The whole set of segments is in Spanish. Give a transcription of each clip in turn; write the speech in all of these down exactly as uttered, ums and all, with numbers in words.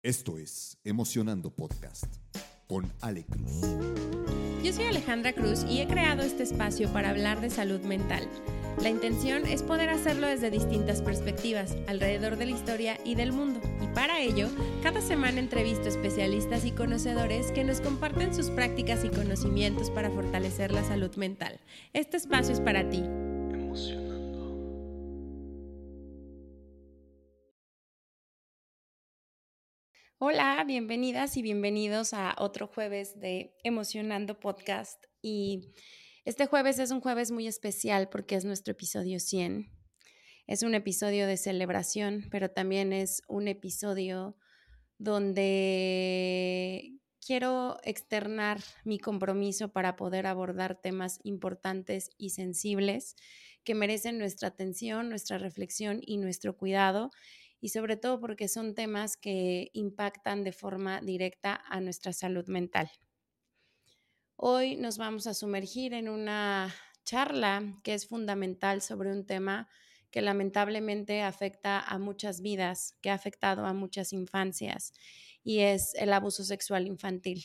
Esto es Emocionando Podcast con Ale Cruz. Yo soy Alejandra Cruz y he creado este espacio para hablar de salud mental. La intención es poder hacerlo desde distintas perspectivas, alrededor de la historia y del mundo. Y para ello, cada semana entrevisto especialistas y conocedores que nos comparten sus prácticas y conocimientos para fortalecer la salud mental. Este espacio es para ti. Emocionando. Hola, bienvenidas y bienvenidos a otro jueves de Emocionando Podcast. Y este jueves es un jueves muy especial porque es nuestro episodio cien. Es un episodio de celebración, pero también es un episodio donde quiero externar mi compromiso para poder abordar temas importantes y sensibles que merecen nuestra atención, nuestra reflexión y nuestro cuidado, y sobre todo porque son temas que impactan de forma directa a nuestra salud mental. Hoy nos vamos a sumergir en una charla que es fundamental sobre un tema que lamentablemente afecta a muchas vidas, que ha afectado a muchas infancias, y es el abuso sexual infantil.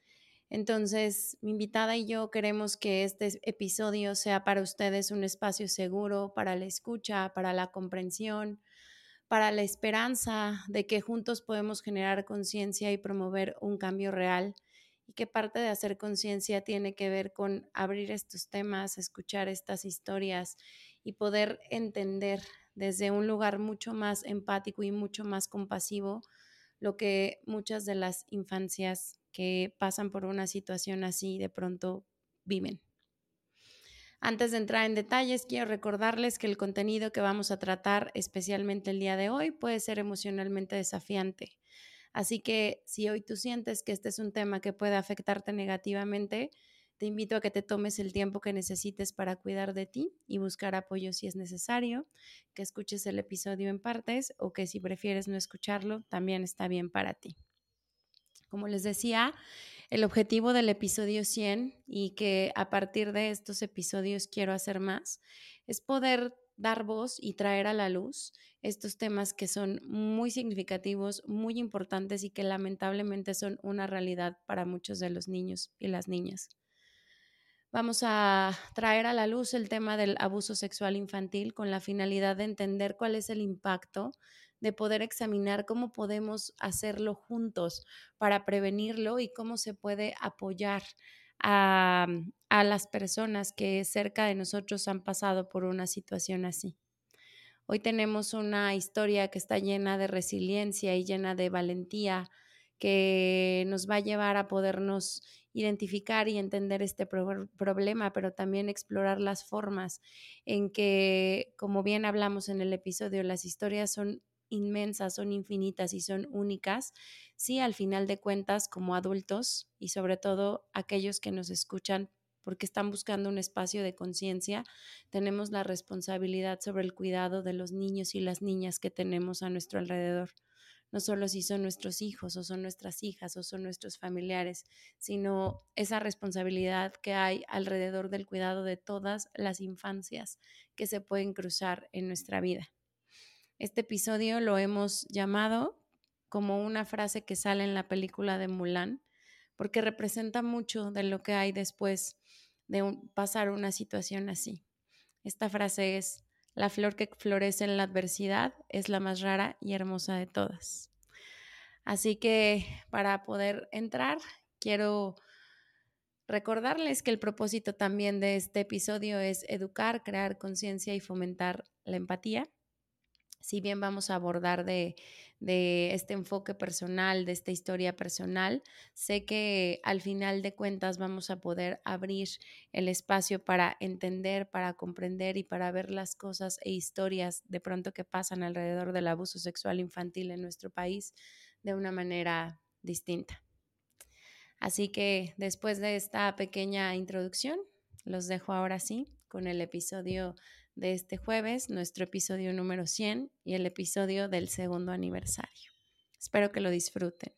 Entonces, mi invitada y yo queremos que este episodio sea para ustedes un espacio seguro para la escucha, para la comprensión, para la esperanza de que juntos podemos generar conciencia y promover un cambio real, y que parte de hacer conciencia tiene que ver con abrir estos temas, escuchar estas historias y poder entender desde un lugar mucho más empático y mucho más compasivo lo que muchas de las infancias que pasan por una situación así de pronto viven. Antes de entrar en detalles, quiero recordarles que el contenido que vamos a tratar, especialmente el día de hoy, puede ser emocionalmente desafiante. Así que si hoy tú sientes que este es un tema que puede afectarte negativamente, te invito a que te tomes el tiempo que necesites para cuidar de ti y buscar apoyo si es necesario, que escuches el episodio en partes o que si prefieres no escucharlo, también está bien para ti. Como les decía, el objetivo del episodio cien, y que a partir de estos episodios quiero hacer más, es poder dar voz y traer a la luz estos temas que son muy significativos, muy importantes y que lamentablemente son una realidad para muchos de los niños y las niñas. Vamos a traer a la luz el tema del abuso sexual infantil con la finalidad de entender cuál es el impacto, de poder examinar cómo podemos hacerlo juntos para prevenirlo y cómo se puede apoyar a, a las personas que cerca de nosotros han pasado por una situación así. Hoy tenemos una historia que está llena de resiliencia y llena de valentía, que nos va a llevar a podernos identificar y entender este pro- problema, pero también explorar las formas en que, como bien hablamos en el episodio, las historias son inmensas, son infinitas y son únicas. Sí, al final de cuentas, como adultos y sobre todo aquellos que nos escuchan porque están buscando un espacio de conciencia, tenemos la responsabilidad sobre el cuidado de los niños y las niñas que tenemos a nuestro alrededor. No solo si son nuestros hijos o son nuestras hijas o son nuestros familiares, sino esa responsabilidad que hay alrededor del cuidado de todas las infancias que se pueden cruzar en nuestra vida. Este episodio lo hemos llamado como una frase que sale en la película de Mulan, porque representa mucho de lo que hay después de un, pasar una situación así. Esta frase es: la flor que florece en la adversidad es la más rara y hermosa de todas. Así que para poder entrar, quiero recordarles que el propósito también de este episodio es educar, crear conciencia y fomentar la empatía. Si bien vamos a abordar de, de este enfoque personal, de esta historia personal, sé que al final de cuentas vamos a poder abrir el espacio para entender, para comprender y para ver las cosas e historias de pronto que pasan alrededor del abuso sexual infantil en nuestro país de una manera distinta. Así que después de esta pequeña introducción, los dejo ahora sí con el episodio de este jueves, nuestro episodio número cien y el episodio del segundo aniversario. Espero que lo disfruten.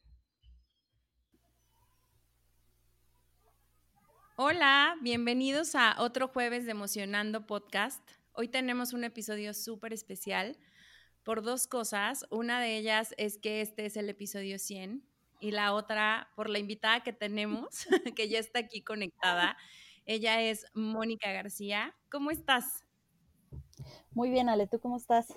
Hola, bienvenidos a otro jueves de Emocionando Podcast. Hoy tenemos un episodio súper especial por dos cosas. Una de ellas es que este es el episodio cien y la otra por la invitada que tenemos, que ya está aquí conectada. Ella es Mónica García. ¿Cómo estás? Muy bien, Ale, ¿tú cómo estás?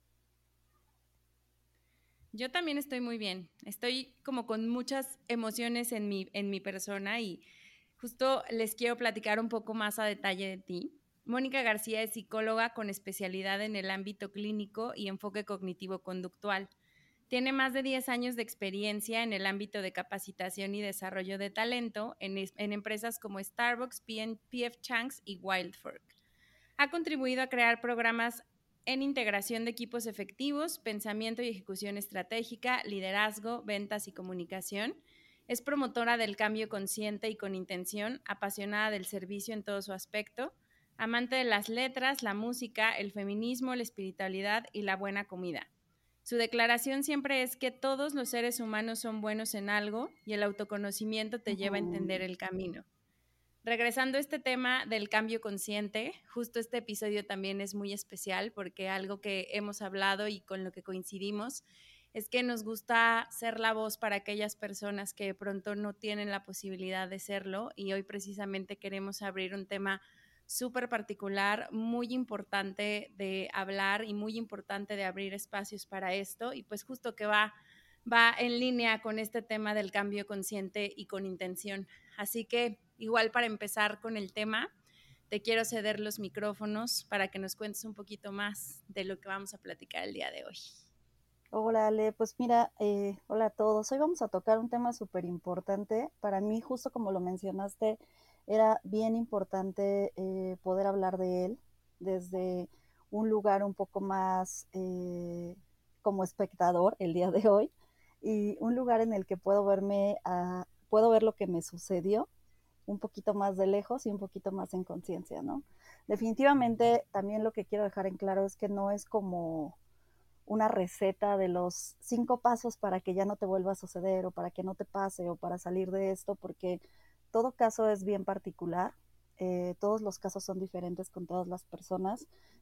Yo también estoy muy bien. Estoy como con muchas emociones en mi, en mi persona y justo les quiero platicar un poco más a detalle de ti. Mónica García es psicóloga con especialidad en el ámbito clínico y enfoque cognitivo-conductual. Tiene más de diez años de experiencia en el ámbito de capacitación y desarrollo de talento en, en empresas como Starbucks, P F Chang's y Wildfork. Ha contribuido a crear programas en integración de equipos efectivos, pensamiento y ejecución estratégica, liderazgo, ventas y comunicación. Es promotora del cambio consciente y con intención, apasionada del servicio en todo su aspecto, amante de las letras, la música, el feminismo, la espiritualidad y la buena comida. Su declaración siempre es que todos los seres humanos son buenos en algo y el autoconocimiento te lleva a entender el camino. Regresando a este tema del cambio consciente, justo este episodio también es muy especial porque algo que hemos hablado y con lo que coincidimos es que nos gusta ser la voz para aquellas personas que de pronto no tienen la posibilidad de serlo, y hoy precisamente queremos abrir un tema súper particular, muy importante de hablar y muy importante de abrir espacios para esto, y pues justo que va, va en línea con este tema del cambio consciente y con intención. Así que igual para empezar con el tema, te quiero ceder los micrófonos para que nos cuentes un poquito más de lo que vamos a platicar el día de hoy. Hola Ale, pues mira, eh, hola a todos. Hoy vamos a tocar un tema súper importante. Para mí, justo como lo mencionaste, era bien importante eh, poder hablar de él desde un lugar un poco más eh, como espectador el día de hoy, y un lugar en el que puedo verme, a, puedo ver lo que me sucedió un poquito más de lejos y un poquito más en conciencia, ¿no? Definitivamente también lo que quiero dejar en claro es que no es como una receta de los cinco pasos para que ya no te vuelva a suceder o para que no te pase o para salir de esto, porque todo caso es bien particular, eh, todos los casos son diferentes con todas las personas,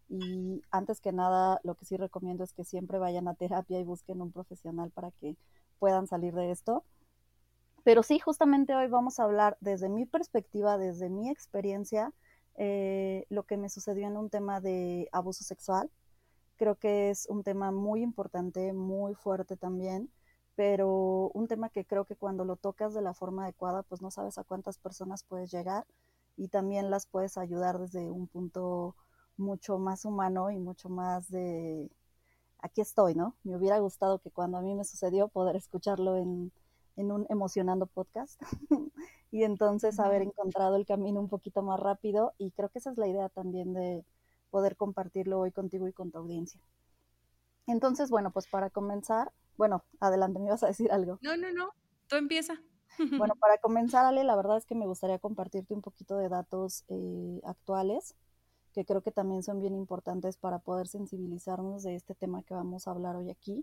y antes que nada lo que sí recomiendo es que siempre vayan a terapia y busquen un profesional para que puedan salir de esto. Pero sí, justamente hoy vamos a hablar desde mi perspectiva, desde mi experiencia, eh, lo que me sucedió en un tema de abuso sexual. Creo que es un tema muy importante, muy fuerte también, pero un tema que creo que cuando lo tocas de la forma adecuada, pues no sabes a cuántas personas puedes llegar y también las puedes ayudar desde un punto mucho más humano y mucho más de aquí estoy, ¿no? Me hubiera gustado que cuando a mí me sucedió poder escucharlo en, en un emocionando podcast y entonces haber encontrado el camino un poquito más rápido, y creo que esa es la idea también de poder compartirlo hoy contigo y con tu audiencia. Entonces, bueno, pues para comenzar, bueno, adelante, me ibas a decir algo. No, no, no, tú empieza. Bueno, para comenzar, Ale, la verdad es que me gustaría compartirte un poquito de datos eh, actuales, que creo que también son bien importantes para poder sensibilizarnos de este tema que vamos a hablar hoy aquí.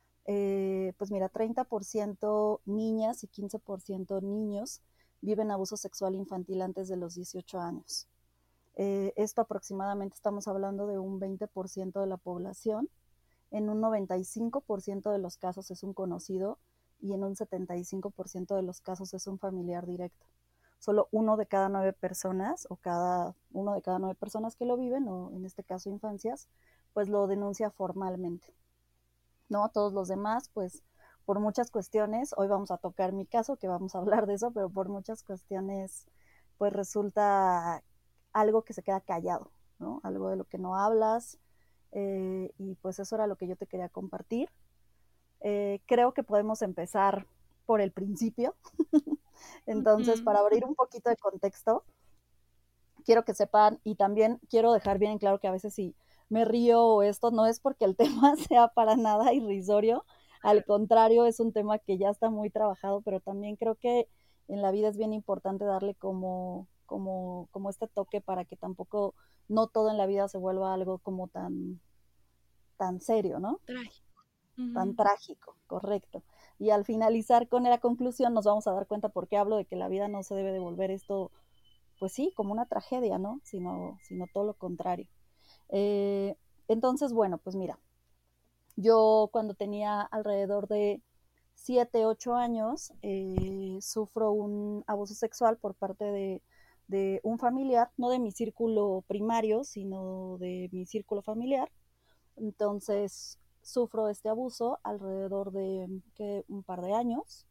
Eh, pues mira, treinta por ciento niñas y quince por ciento niños viven abuso sexual infantil antes de los dieciocho años. Eh, esto aproximadamente estamos hablando de un veinte por ciento de la población. En un noventa y cinco por ciento de los casos es un conocido y en un setenta y cinco por ciento de los casos es un familiar directo. Solo uno de cada nueve personas o cada uno de cada nueve personas que lo viven, o en este caso infancias, pues lo denuncia formalmente, ¿no? Todos los demás, pues por muchas cuestiones, hoy vamos a tocar mi caso, que vamos a hablar de eso, pero por muchas cuestiones, pues resulta algo que se queda callado, ¿no? Algo de lo que no hablas, eh, y pues eso era lo que yo te quería compartir. Eh, creo que podemos empezar por el principio. Entonces, uh-huh. Para abrir un poquito de contexto, quiero que sepan, y también quiero dejar bien en claro que a veces si me río o esto, no es porque el tema sea para nada irrisorio, al contrario, es un tema que ya está muy trabajado, pero también creo que en la vida es bien importante darle como, como, como este toque para que tampoco, no todo en la vida se vuelva algo como tan, tan serio, ¿no? Trágico. Uh-huh. Tan trágico, correcto. Y al finalizar con la conclusión nos vamos a dar cuenta por qué hablo de que la vida no se debe de volver esto, pues sí, como una tragedia, ¿no? Sino, sino todo lo contrario. Eh, entonces, bueno, pues mira, Yo cuando tenía alrededor de siete, ocho años, eh, sufro un abuso sexual por parte de, de un familiar, no de mi círculo primario, sino de mi círculo familiar. Entonces sufro este abuso alrededor de ¿qué? Un par de años.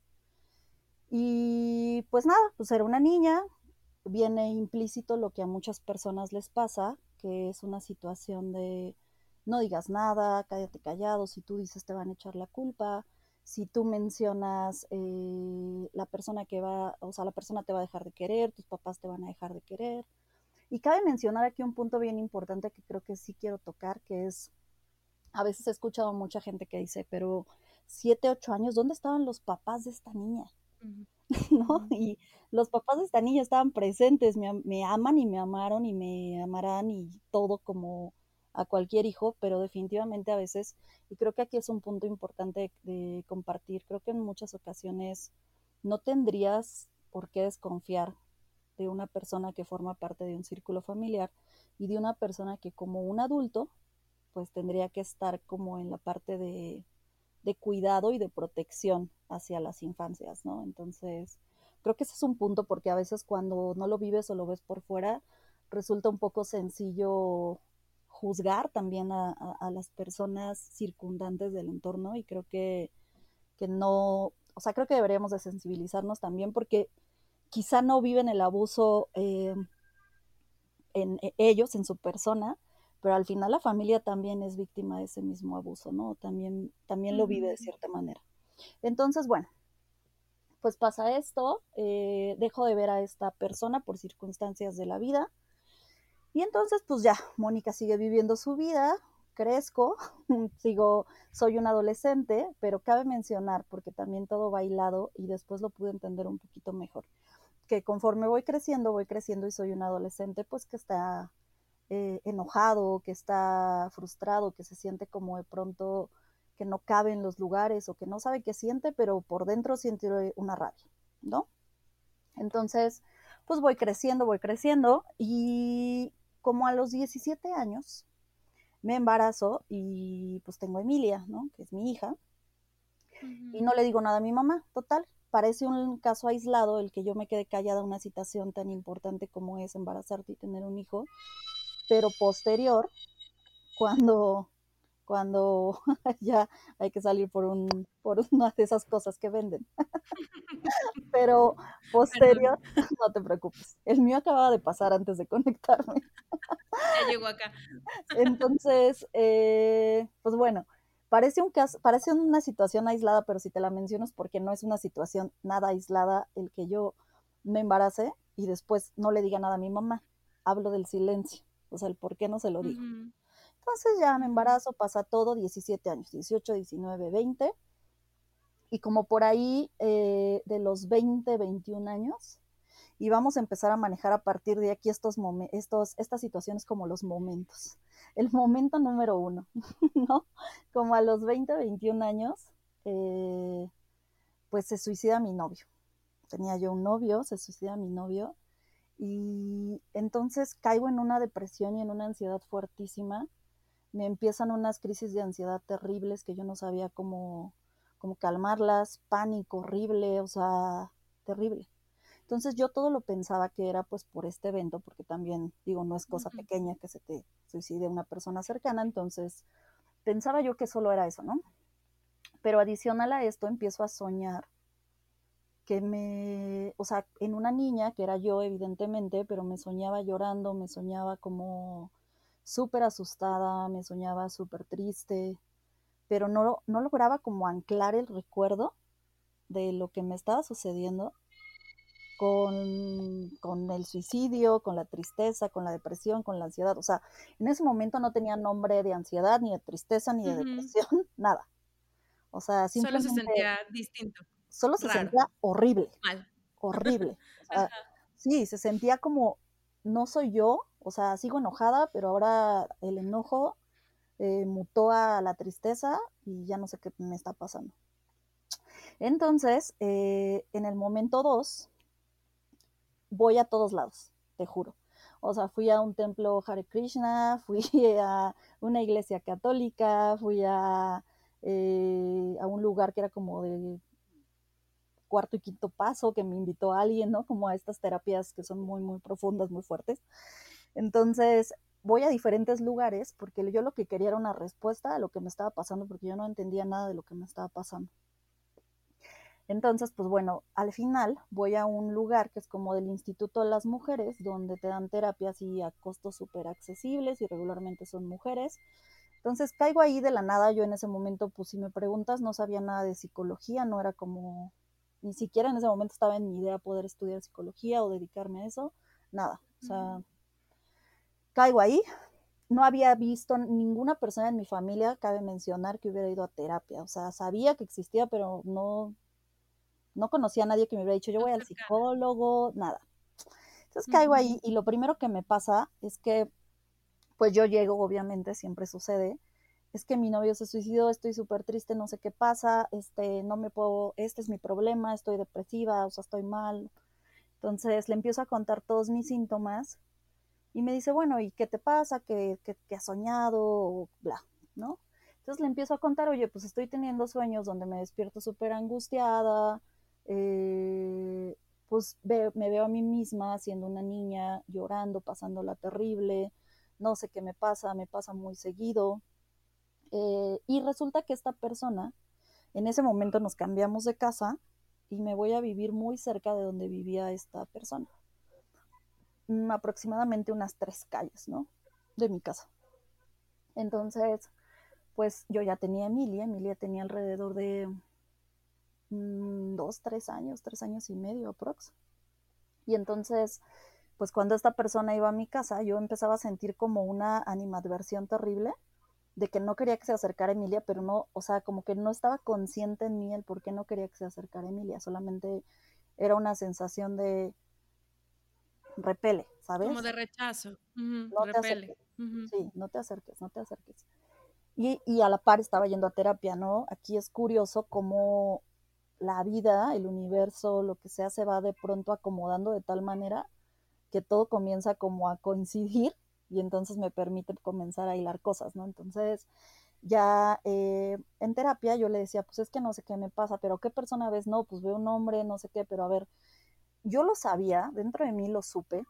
Y pues nada, pues era una niña, viene implícito lo que a muchas personas les pasa, que es una situación de no digas nada, cállate callado, si tú dices te van a echar la culpa, si tú mencionas eh, la persona que va, o sea, la persona te va a dejar de querer, tus papás te van a dejar de querer. Y cabe mencionar aquí un punto bien importante que creo que sí quiero tocar, que es, a veces he escuchado mucha gente que dice, pero siete, ocho años, ¿dónde estaban los papás de esta niña? Ujú, ¿No? ujú, Y los papás de esta niña estaban presentes, me, me aman y me amaron y me amarán y todo como a cualquier hijo, pero definitivamente a veces, y creo que aquí es un punto importante de compartir, creo que en muchas ocasiones no tendrías por qué desconfiar de una persona que forma parte de un círculo familiar y de una persona que como un adulto, pues tendría que estar como en la parte de de cuidado y de protección hacia las infancias, ¿no? Entonces, creo que ese es un punto porque a veces cuando no lo vives o lo ves por fuera, resulta un poco sencillo juzgar también a, a, a las personas circundantes del entorno y creo que, que no, o sea, creo que deberíamos de sensibilizarnos también porque quizá no viven el abuso eh, en ellos, en su persona, pero al final la familia también es víctima de ese mismo abuso, ¿no? También, también lo vive de ujú. cierta manera. Entonces, bueno, pues pasa esto, eh, dejo de ver a esta persona por circunstancias de la vida y entonces pues ya, Mónica sigue viviendo su vida, crezco, sigo, soy un adolescente, pero cabe mencionar, porque también todo bailado y después lo pude entender un poquito mejor, que conforme voy creciendo, voy creciendo y soy un adolescente pues que está eh, enojado, que está frustrado, que se siente como de pronto que no cabe en los lugares o que no sabe qué siente, pero por dentro siente una rabia, ¿no? Entonces, pues voy creciendo, voy creciendo y como a los diecisiete años me embarazo y pues tengo a Emilia, ¿no? Que es mi hija, y Ujú. no le digo nada a mi mamá, total. Parece un caso aislado el que yo me quede callada en una situación tan importante como es embarazarte y tener un hijo, pero posterior, cuando cuando ya hay que salir por un por una de esas cosas que venden. Pero Perdón, posterior, no te preocupes. El mío acababa de pasar antes de conectarme. ya llegó acá. Entonces, eh, pues bueno, parece un caso, parece una situación aislada, pero si te la menciono es porque no es una situación nada aislada el que yo me embarace y después no le diga nada a mi mamá. Hablo del silencio, o sea, el por qué no se lo digo. Ujú, Entonces ya me ujú, embarazo, pasa todo, diecisiete años, dieciocho, diecinueve, veinte, y como por ahí eh, de los veinte, veintiún años, y vamos a empezar a manejar a partir de aquí estos, estos estas situaciones como los momentos. El momento número uno, ¿no? Como a los veinte, veintiún años, eh, pues se suicida mi novio. Tenía yo un novio, se suicida mi novio, y entonces caigo en una depresión y en una ansiedad fuertísima. Me empiezan unas crisis de ansiedad terribles que yo no sabía cómo, cómo calmarlas, pánico horrible, o sea, terrible. Entonces yo todo lo pensaba que era pues por este evento, porque también digo, no es cosa ujú. pequeña que se te suicide una persona cercana, entonces pensaba yo que solo era eso, ¿no? Pero adicional a esto empiezo a soñar que me, o sea, en una niña, que era yo evidentemente, pero me soñaba llorando, me soñaba como súper asustada, me soñaba súper triste, pero no, no lograba como anclar el recuerdo de lo que me estaba sucediendo con, con el suicidio, con la tristeza, con la depresión, con la ansiedad. O sea, en ese momento no tenía nombre de ansiedad, ni de tristeza, ni de Ujú. depresión, nada. O sea, Solo se simplemente sentía distinto, solo se raro, sentía horrible, mal. horrible. O sea, Ajá. sí, se sentía como, no soy yo, o sea, sigo enojada, pero ahora el enojo eh, mutó a la tristeza y ya no sé qué me está pasando. Entonces, eh, en el momento dos, voy a todos lados, te juro. O sea, fui a un templo Hare Krishna, fui a una iglesia católica, fui a eh, a un lugar que era como de cuarto y quinto paso, que me invitó a alguien, ¿no? Como a estas terapias que son muy, muy profundas, muy fuertes. Entonces, voy a diferentes lugares porque yo lo que quería era una respuesta a lo que me estaba pasando, porque yo no entendía nada de lo que me estaba pasando. Entonces, pues bueno, al final voy a un lugar que es como del Instituto de las Mujeres, donde te dan terapias y a costos súper accesibles y regularmente son mujeres. Entonces caigo ahí de la nada, yo en ese momento, pues si me preguntas, no sabía nada de psicología, no era como, ni siquiera en ese momento estaba en mi idea poder estudiar psicología o dedicarme a eso, nada, o sea, caigo ahí. No había visto ninguna persona en mi familia, cabe mencionar, que hubiera ido a terapia, o sea, sabía que existía, pero no, no conocía a nadie que me hubiera dicho, yo voy al psicólogo, nada. Entonces caigo ahí y lo primero que me pasa es que, pues yo llego, obviamente, siempre sucede, es que mi novio se suicidó, estoy súper triste, no sé qué pasa, este, no me puedo, este es mi problema, estoy depresiva, o sea, estoy mal. Entonces le empiezo a contar todos mis síntomas y me dice, bueno, ¿y qué te pasa? ¿Qué, qué, qué has soñado? Bla, ¿no? Entonces le empiezo a contar, oye, pues estoy teniendo sueños donde me despierto súper angustiada, eh, pues ve, me veo a mí misma siendo una niña, llorando, pasándola terrible, no sé qué me pasa, me pasa muy seguido. Eh, y resulta que esta persona, en ese momento nos cambiamos de casa y me voy a vivir muy cerca de donde vivía esta persona. Mm, aproximadamente unas tres calles, ¿no? De mi casa. Entonces, pues yo ya tenía a Emilia, Emilia tenía alrededor de mmm, dos, tres años, tres años y medio aprox. Y entonces, pues cuando esta persona iba a mi casa, yo empezaba a sentir como una animadversión terrible de que no quería que se acercara Emilia, pero no, o sea, como que no estaba consciente en mí el por qué no quería que se acercara Emilia, solamente era una sensación de repele, Como ¿sabes? de rechazo, ujú, No te repele. acerques, Ujú. sí, no te acerques, no te acerques. Y, y a la par estaba yendo a terapia, ¿no? Aquí es curioso cómo la vida, el universo, lo que sea, se va de pronto acomodando de tal manera que todo comienza como a coincidir y entonces me permite comenzar a hilar cosas, ¿no? Entonces, ya eh, en terapia yo le decía, pues es que no sé qué me pasa, pero ¿qué persona ves? No, pues veo un hombre, no sé qué, pero a ver, yo lo sabía, dentro de mí lo supe,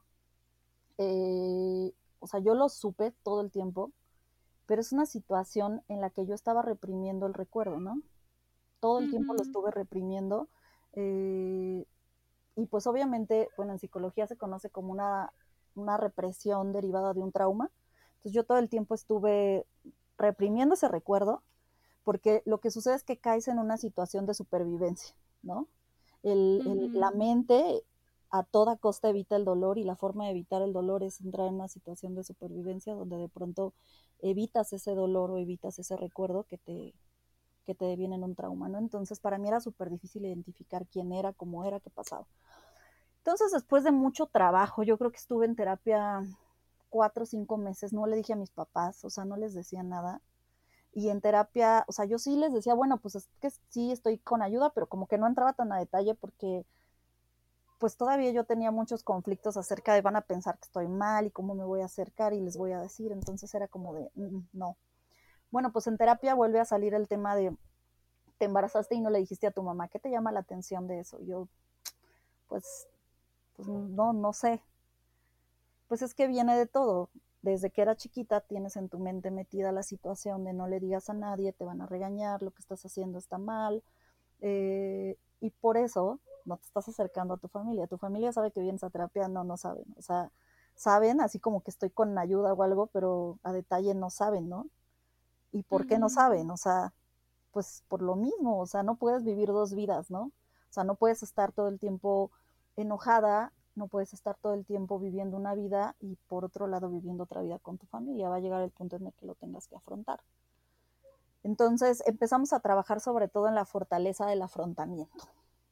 eh, o sea, yo lo supe todo el tiempo, pero es una situación en la que yo estaba reprimiendo el recuerdo, ¿no? Todo el tiempo lo Ujú. estuve reprimiendo, eh, y pues obviamente, bueno, en psicología se conoce como una, una represión derivada de un trauma, entonces yo todo el tiempo estuve reprimiendo ese recuerdo, porque lo que sucede es que caes en una situación de supervivencia, ¿no? El, el, la Ujú. mente a toda costa evita el dolor y la forma de evitar el dolor es entrar en una situación de supervivencia donde de pronto evitas ese dolor o evitas ese recuerdo que te, que te deviene en un trauma, ¿no? Entonces para mí era súper difícil identificar quién era, cómo era, qué pasaba. Entonces después de mucho trabajo, yo creo que estuve en terapia cuatro o cinco meses, no le dije a mis papás, o sea, no les decía nada, y en terapia, o sea, yo sí les decía, bueno, pues es que sí estoy con ayuda, pero como que no entraba tan a detalle porque pues todavía yo tenía muchos conflictos acerca de van a pensar que estoy mal y cómo me voy a acercar y les voy a decir, entonces era como de, mm, no. Bueno, pues en terapia vuelve a salir el tema de, te embarazaste y no le dijiste a tu mamá, ¿qué te llama la atención de eso? Yo, pues, pues no, no sé. Pues es que viene de todo. Desde que era chiquita tienes en tu mente metida la situación de no le digas a nadie, te van a regañar, lo que estás haciendo está mal, eh, y por eso no te estás acercando a tu familia. Tu familia sabe que vienes a terapia, no, no saben. O sea, saben, así como que estoy con ayuda o algo, pero a detalle no saben, ¿no? ¿Y por qué no Ujú. saben? O sea, pues por lo mismo, o sea, no puedes vivir dos vidas, ¿no? O sea, no puedes estar todo el tiempo enojada, no puedes estar todo el tiempo viviendo una vida y por otro lado viviendo otra vida con tu familia. Va a llegar el punto en el que lo tengas que afrontar. Entonces empezamos a trabajar sobre todo en la fortaleza del afrontamiento.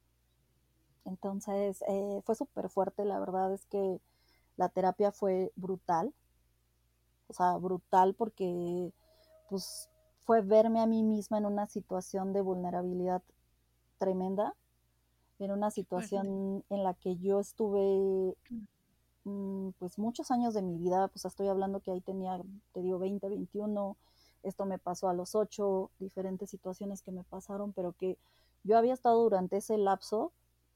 Entonces eh, fue súper fuerte, la verdad es que la terapia fue brutal, o sea, brutal porque pues fue verme a mí misma en una situación de vulnerabilidad tremenda, en una Qué fuerte. situación en la que yo estuve mmm, pues muchos años de mi vida, pues estoy hablando que ahí tenía, te digo, veinte, veintiuno, esto me pasó a los ocho, diferentes situaciones que me pasaron, pero que yo había estado durante ese lapso,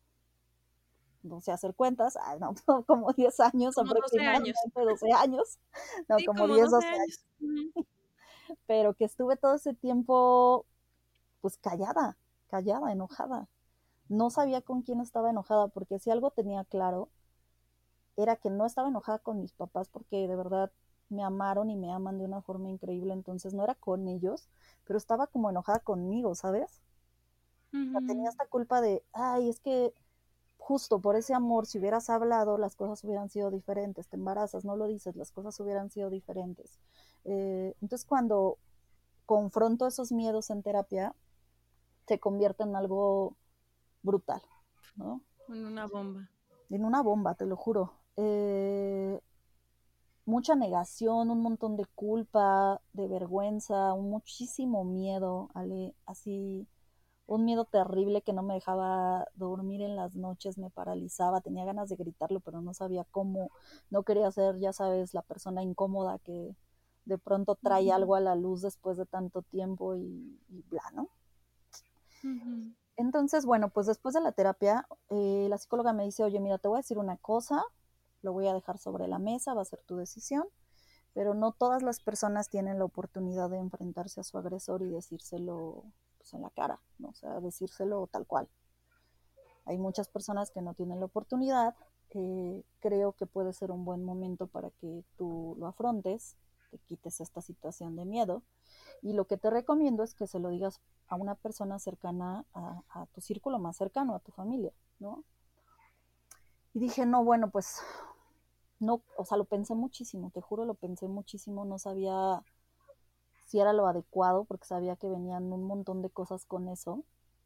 no sé hacer cuentas, ah, no, como diez años Como doce aproximadamente, años. doce años, no, Sí, como como diez, doce doce años. años, Ujú. pero que estuve todo ese tiempo, pues callada, callada, enojada. No sabía con quién estaba enojada, porque si algo tenía claro, era que no estaba enojada con mis papás, porque de verdad me amaron y me aman de una forma increíble, entonces no era con ellos, pero estaba como enojada conmigo, ¿sabes? O sea, tenía Ujú. esta culpa de, ay, es que justo por ese amor, si hubieras hablado, las cosas hubieran sido diferentes, te embarazas, no lo dices, las cosas hubieran sido diferentes. Eh, entonces cuando confronto esos miedos en terapia, se convierte en algo brutal, ¿no? Con una bomba. En una bomba, te lo juro. Eh, mucha negación, un montón de culpa, de vergüenza, un muchísimo miedo, Ale, así, un miedo terrible que no me dejaba dormir en las noches, me paralizaba, tenía ganas de gritarlo, pero no sabía cómo, no quería ser, ya sabes, la persona incómoda que de pronto trae Ujú. algo a la luz después de tanto tiempo y, y bla, ¿no? Ujú. Entonces, bueno, pues después de la terapia, eh, la psicóloga me dice, oye, mira, te voy a decir una cosa, lo voy a dejar sobre la mesa, va a ser tu decisión, pero no todas las personas tienen la oportunidad de enfrentarse a su agresor y decírselo pues, en la cara, ¿no? O sea, decírselo tal cual. Hay muchas personas que no tienen la oportunidad, eh, creo que puede ser un buen momento para que tú lo afrontes, te quites esta situación de miedo, y lo que te recomiendo es que se lo digas a una persona cercana a, a tu círculo más cercano, a tu familia, ¿no? Y dije, no, bueno, pues no, o sea, lo pensé muchísimo, te juro, lo pensé muchísimo, no sabía si era lo adecuado, porque sabía que venían un montón de cosas con eso.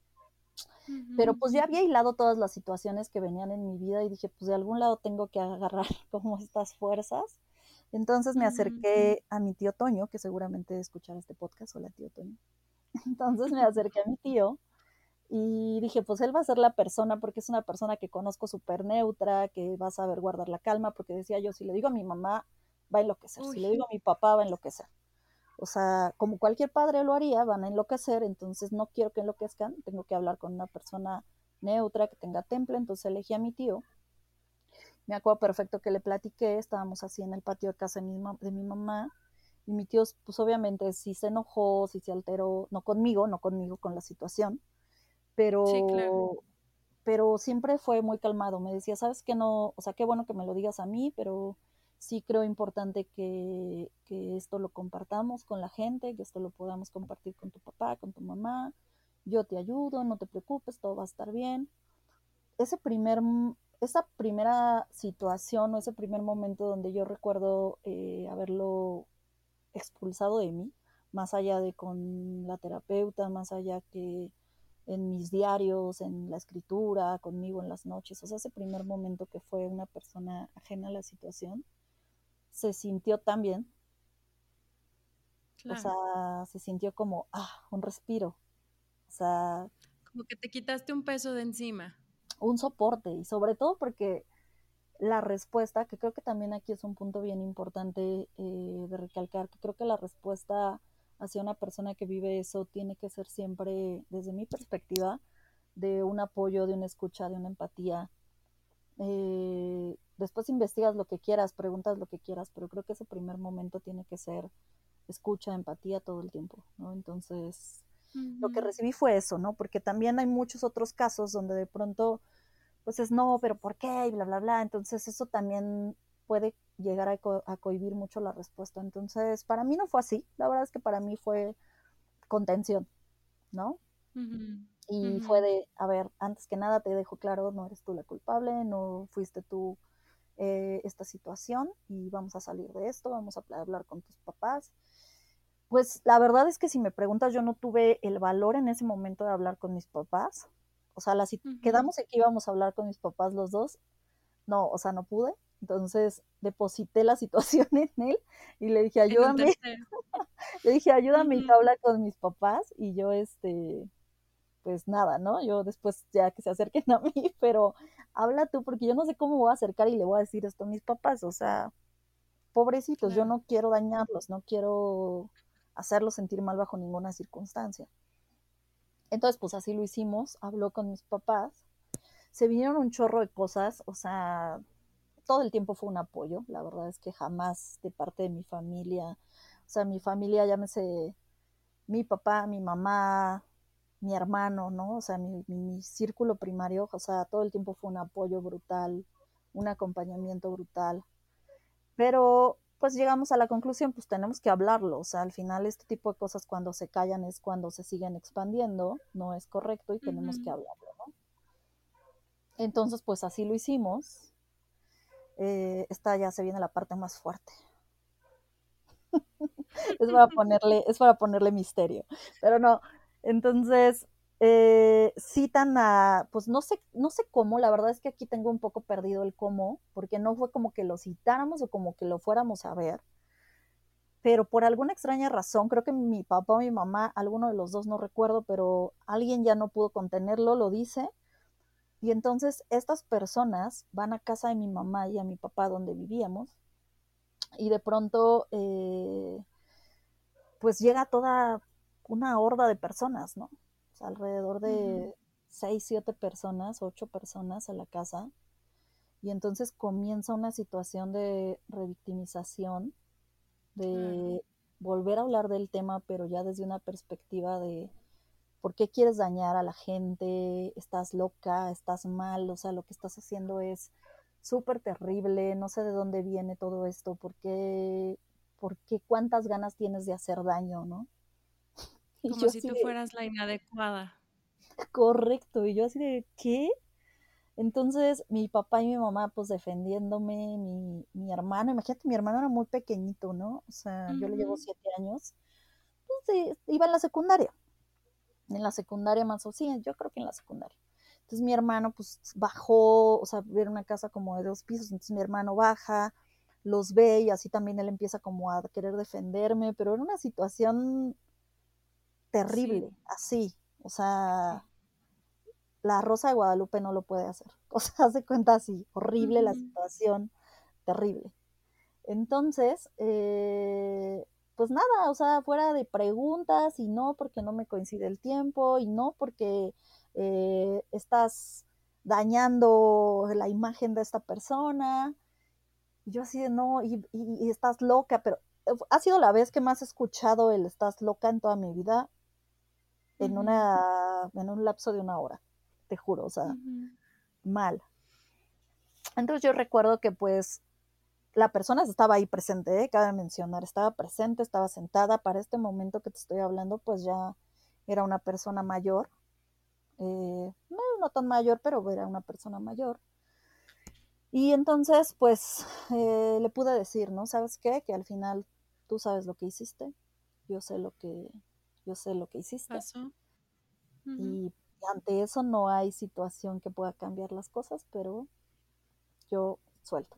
Pero Ujú. pues ya había hilado todas las situaciones que venían en mi vida y dije, pues de algún lado tengo que agarrar como estas fuerzas. Entonces me Ujú. acerqué a mi tío Toño, que seguramente escuchará este podcast. Hola, tío Toño. Entonces me acerqué a mi tío y dije, pues él va a ser la persona, porque es una persona que conozco súper neutra, que va a saber guardar la calma, porque decía yo, si le digo a mi mamá, va a enloquecer, si Uy. le digo a mi papá, va a enloquecer. O sea, como cualquier padre lo haría, van a enloquecer, entonces no quiero que enloquezcan, tengo que hablar con una persona neutra, que tenga temple, entonces elegí a mi tío. Me acuerdo perfecto que le platiqué, estábamos así en el patio de casa de mi, de mi mamá, y mi tío, pues obviamente sí se enojó, sí se alteró, no conmigo, no conmigo, con la situación, Sí, claro. pero, pero siempre fue muy calmado, me decía, sabes que no, o sea, qué bueno que me lo digas a mí, pero sí creo importante que, que esto lo compartamos con la gente, que esto lo podamos compartir con tu papá, con tu mamá, yo te ayudo, no te preocupes, todo va a estar bien. Ese primer, esa primera situación o ese primer momento donde yo recuerdo eh, haberlo expulsado de mí, más allá de con la terapeuta, más allá que en mis diarios, en la escritura, conmigo en las noches, o sea, ese primer momento que fue una persona ajena a la situación, se sintió tan bien, o Claro. sea, se sintió como, ah, un respiro, o sea, Como que te quitaste un peso de encima. un soporte, y sobre todo porque la respuesta, que creo que también aquí es un punto bien importante eh, de recalcar, que creo que la respuesta hacia una persona que vive eso tiene que ser siempre, desde mi perspectiva, de un apoyo, de una escucha, de una empatía. Eh, después investigas lo que quieras, preguntas lo que quieras, pero creo que ese primer momento tiene que ser escucha, empatía todo el tiempo, ¿no? Entonces, lo que Ujú. recibí fue eso, ¿no? Porque también hay muchos otros casos donde de pronto pues es no, pero ¿por qué? Y bla, bla, bla. Entonces eso también puede llegar a, co a cohibir mucho la respuesta. Entonces, para mí no fue así. La verdad es que para mí fue contención, ¿no? Ujú. Y fue Ujú. de, a ver, antes que nada te dejo claro, no eres tú la culpable, no fuiste tú eh, esta situación y vamos a salir de esto, vamos a hablar con tus papás. Pues la verdad es que si me preguntas, yo no tuve el valor en ese momento de hablar con mis papás. O sea, la, si Ujú. quedamos en que íbamos a hablar con mis papás los dos, no, o sea, no pude. Entonces deposité la situación en él y le dije, En un ayúdame, tercero. le dije, ayúdame y Ujú. habla con mis papás. Y yo, este, pues nada, ¿no? Yo después ya que se acerquen a mí, pero habla tú, porque yo no sé cómo voy a acercar y le voy a decir esto a mis papás. O sea, pobrecitos, yo Claro. no quiero dañarlos, no quiero hacerlo sentir mal bajo ninguna circunstancia. Entonces, pues así lo hicimos, habló con mis papás, se vinieron un chorro de cosas, o sea, todo el tiempo fue un apoyo, la verdad es que jamás de parte de mi familia, o sea, mi familia, llámese mi papá, mi mamá, mi hermano, ¿no? O sea, mi, mi, mi círculo primario, o sea, todo el tiempo fue un apoyo brutal, un acompañamiento brutal, pero pues llegamos a la conclusión, pues tenemos que hablarlo, o sea, al final este tipo de cosas cuando se callan es cuando se siguen expandiendo, no es correcto y tenemos que Ujú. hablarlo, ¿no? Entonces, pues así lo hicimos. Eh, esta ya se viene la parte más fuerte. es para ponerle, es para ponerle misterio, pero no. Entonces, eh, citan a, pues no sé, no sé cómo, la verdad es que aquí tengo un poco perdido el cómo, porque no fue como que lo citáramos o como que lo fuéramos a ver, pero por alguna extraña razón, creo que mi papá o mi mamá, alguno de los dos no recuerdo, pero alguien ya no pudo contenerlo, lo dice, y entonces estas personas van a casa de mi mamá y a mi papá donde vivíamos, y de pronto, eh, pues llega toda una horda de personas, ¿no? O sea, alrededor Ujú. de seis, siete personas, ocho personas a la casa, y entonces comienza una situación de revictimización, Claro. de volver a hablar del tema, pero ya desde una perspectiva de por qué quieres dañar a la gente, estás loca, estás mal, o sea, lo que estás haciendo es súper terrible, no sé de dónde viene todo esto, por qué, por qué, cuántas ganas tienes de hacer daño, ¿no? Y Como yo si así tú de, fueras la inadecuada. correcto, y yo así de, ¿qué? Entonces mi papá y mi mamá pues defendiéndome, mi, mi hermano, imagínate, mi hermano era muy pequeñito, ¿no? O sea, yo le llevo Ujú. siete años, pues sí, iba en la secundaria, en la secundaria más o sí, yo creo que en la secundaria. Entonces mi hermano pues bajó, o sea, era una casa como de dos pisos, entonces mi hermano baja, los ve y así también él empieza como a querer defenderme, pero era una situación Sí, terrible, así, o sea, sí. la Rosa de Guadalupe no lo puede hacer, o sea, hace cuenta así, horrible la Ujú. situación, terrible. Entonces, eh, pues nada, o sea, fuera de preguntas y no porque no me coincide el tiempo y no porque eh, estás dañando la imagen de esta persona. Y yo así de no, y, y, y estás loca, pero ha sido la vez que más he escuchado el estás loca en toda mi vida en, Ujú. una, en un lapso de una hora, te juro, o sea, Ujú. mal. Entonces yo recuerdo que pues la persona estaba ahí presente, ¿eh? Cabe mencionar, estaba presente, estaba sentada. Para este momento que te estoy hablando, pues ya era una persona mayor, eh, no, no tan mayor, pero era una persona mayor. Y entonces, pues, eh, le pude decir, ¿no? ¿Sabes qué? Que al final tú sabes lo que hiciste, yo sé lo que, yo sé lo que hiciste, Pasó. Ujú. y ante eso no hay situación que pueda cambiar las cosas, pero yo suelto,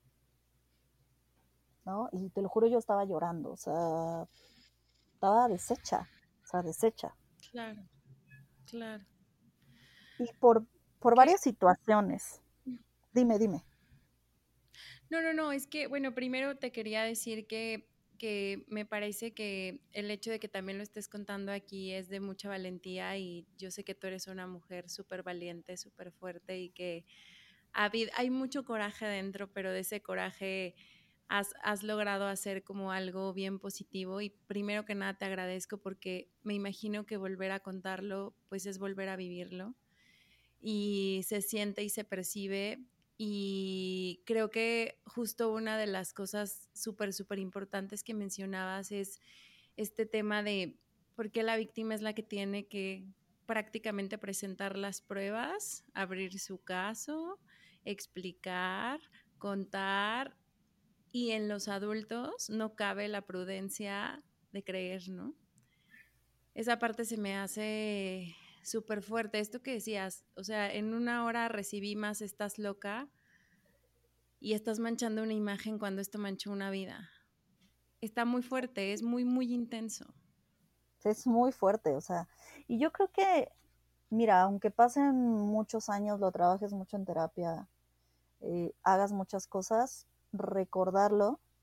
¿no? Y te lo juro, yo estaba llorando, o sea, estaba deshecha, o sea, deshecha. Claro, claro. Y por, por ¿Qué? varias situaciones. Dime, dime. No, no, no, es que, bueno, primero te quería decir que, que me parece que el hecho de que también lo estés contando aquí es de mucha valentía y yo sé que tú eres una mujer súper valiente, súper fuerte y que ha habido- hay mucho coraje dentro, pero de ese coraje has, has logrado hacer como algo bien positivo y primero que nada te agradezco porque me imagino que volver a contarlo pues es volver a vivirlo y se siente y se percibe. Y creo que justo una de las cosas súper, súper importantes que mencionabas es este tema de por qué la víctima es la que tiene que prácticamente presentar las pruebas, abrir su caso, explicar, contar, y en los adultos no cabe la prudencia de creer, ¿no? Esa parte se me hace súper fuerte. Esto que decías, o sea, en una hora recibí más estás loca y estás manchando una imagen cuando esto manchó una vida. Está muy fuerte, es muy, muy intenso. Es muy fuerte, o sea, y yo creo que, mira, aunque pasen muchos años, lo trabajes mucho en terapia, eh, hagas muchas cosas, recordarlo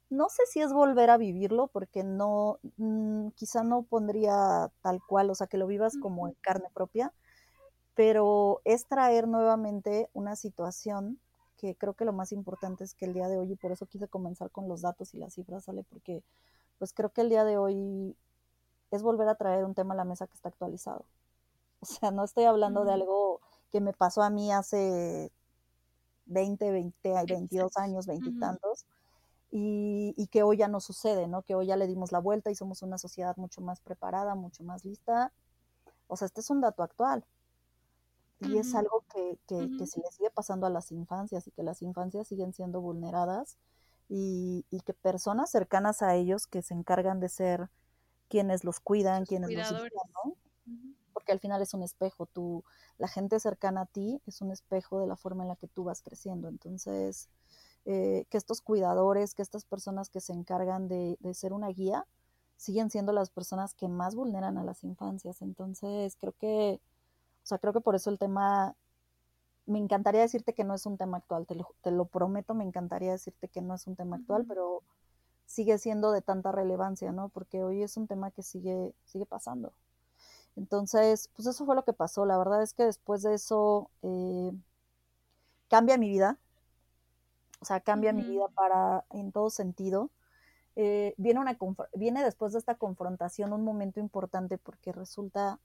no sé si es volver a vivirlo, porque no, mm, quizá no pondría tal cual, o sea, que lo vivas como en carne propia, pero es traer nuevamente una situación que creo que lo más importante es que el día de hoy, y por eso quise comenzar con los datos y las cifras, ¿sale? Porque pues creo que el día de hoy es volver a traer un tema a la mesa que está actualizado. O sea, no estoy hablando de Ujú. algo que me pasó a mí hace veinte, veinte, veintidós Exacto. años, Ujú. veintitantos, y, y que hoy ya no sucede, ¿no? Que hoy ya le dimos la vuelta y somos una sociedad mucho más preparada, mucho más lista. O sea, este es un dato actual y es Ujú. algo que, que, que Ujú. se le sigue pasando a las infancias y que las infancias siguen siendo vulneradas y, y que personas cercanas a ellos que se encargan de ser quienes los cuidan, Sus quienes los cuidadores. guían, ¿no? Ujú. Porque al final es un espejo, tú, la gente cercana a ti es un espejo de la forma en la que tú vas creciendo. Entonces, eh, que estos cuidadores, que estas personas que se encargan de, de ser una guía, siguen siendo las personas que más vulneran a las infancias. Entonces, creo que, o sea, creo que por eso el tema, me encantaría decirte que no es un tema actual, te lo, te lo prometo, me encantaría decirte que no es un tema actual, Ujú. pero sigue siendo de tanta relevancia, ¿no? Porque hoy es un tema que sigue, sigue pasando. Entonces, pues eso fue lo que pasó. La verdad es que después de eso eh, cambia mi vida, o sea, cambia mi Ujú. vida para en todo sentido. Eh, viene, una, viene después de esta confrontación un momento importante porque resulta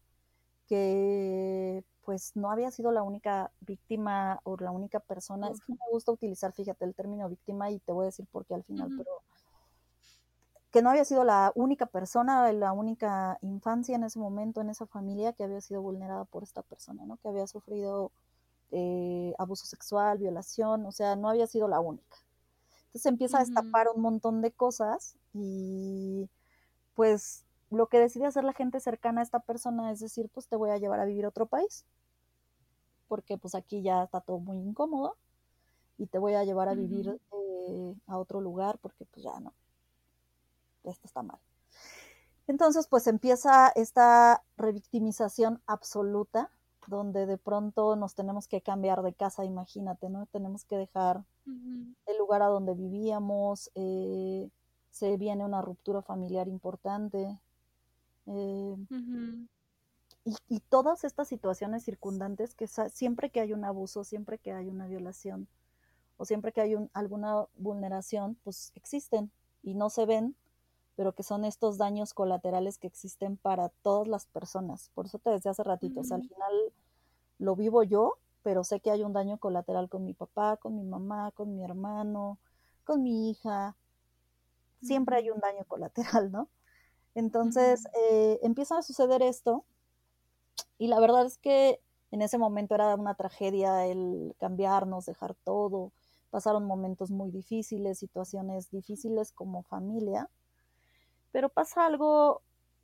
que pues no había sido la única víctima o la única persona. Es Uf. que no me gusta utilizar, fíjate, el término víctima y te voy a decir por qué al final, Ujú. pero que no había sido la única persona, la única infancia en ese momento, en esa familia que había sido vulnerada por esta persona, ¿no? Que había sufrido eh, abuso sexual, violación, o sea, no había sido la única. Entonces empieza a Ujú. destapar un montón de cosas y pues lo que decide hacer la gente cercana a esta persona es decir, pues te voy a llevar a vivir a otro país, porque pues aquí ya está todo muy incómodo y te voy a llevar a vivir Ujú. eh, a otro lugar porque pues ya no, esto está mal. Entonces, pues empieza esta revictimización absoluta, donde de pronto nos tenemos que cambiar de casa, imagínate, ¿no? Tenemos que dejar Ujú. el lugar a donde vivíamos, eh, se viene una ruptura familiar importante, eh, Ujú. y, y, todas estas situaciones circundantes que siempre que hay un abuso, siempre que hay una violación o siempre que hay un, alguna vulneración, pues existen y no se ven, pero que son estos daños colaterales que existen para todas las personas. Por eso te decía hace ratito, o sea, al Ujú. final lo vivo yo, pero sé que hay un daño colateral con mi papá, con mi mamá, con mi hermano, con mi hija. Siempre hay Ujú. un daño colateral, ¿no? Entonces Ujú. eh, empieza a suceder esto y la verdad es que en ese momento era una tragedia el cambiarnos, dejar todo. Pasaron momentos muy difíciles, situaciones difíciles como familia, pero pasa algo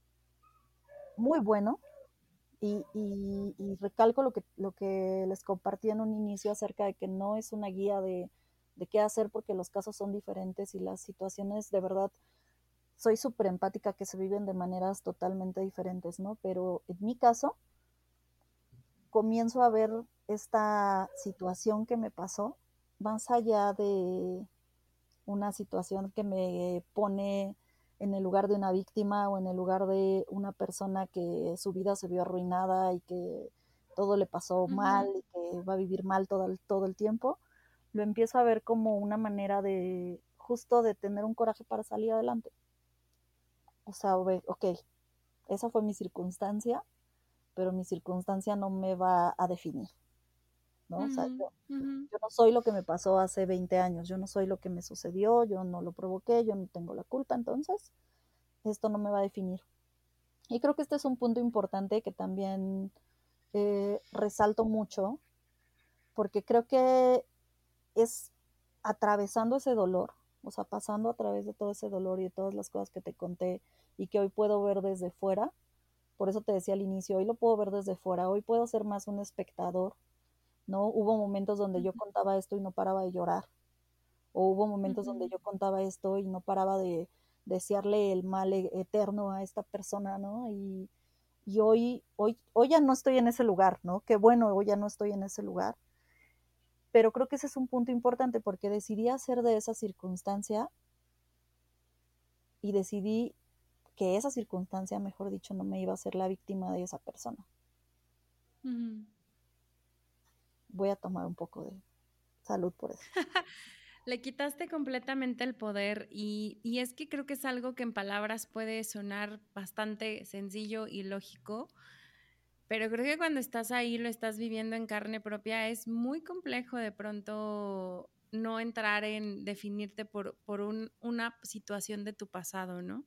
muy bueno y, y, y recalco lo que, lo que les compartí en un inicio acerca de que no es una guía de, de qué hacer porque los casos son diferentes y las situaciones de verdad soy súper empática que se viven de maneras totalmente diferentes, ¿no? Pero en mi caso comienzo a ver esta situación que me pasó más allá de una situación que me pone en el lugar de una víctima o en el lugar de una persona que su vida se vio arruinada y que todo le pasó mal Ujú. y que va a vivir mal todo el, todo el tiempo, lo empiezo a ver como una manera de justo de tener un coraje para salir adelante. O sea, ok, esa fue mi circunstancia, pero mi circunstancia no me va a definir, ¿no? O sea, Ujú. yo, Ujú. yo no soy lo que me pasó hace veinte años, yo no soy lo que me sucedió, yo no lo provoqué, yo no tengo la culpa, entonces esto no me va a definir. Y creo que este es un punto importante que también eh, resalto mucho, porque creo que es atravesando ese dolor, o sea, pasando a través de todo ese dolor y de todas las cosas que te conté y que hoy puedo ver desde fuera, por eso te decía al inicio, hoy lo puedo ver desde fuera, hoy puedo ser más un espectador, ¿no? Hubo momentos donde yo contaba esto y no paraba de llorar, o hubo momentos donde Ujú. yo contaba esto y no paraba de desearle el mal eterno a esta persona, ¿no? Y, y hoy, hoy, hoy ya no estoy en ese lugar, ¿no? Qué bueno, hoy ya no estoy en ese lugar. Pero creo que ese es un punto importante porque decidí hacer de esa circunstancia y decidí que esa circunstancia, mejor dicho, no me iba a ser la víctima de esa persona. Uh-huh. Voy a tomar un poco de salud por eso. Le quitaste completamente el poder y, y es que creo que es algo que en palabras puede sonar bastante sencillo y lógico, pero creo que cuando estás ahí, lo estás viviendo en carne propia, es muy complejo de pronto no entrar en definirte por, por un, una situación de tu pasado, ¿no?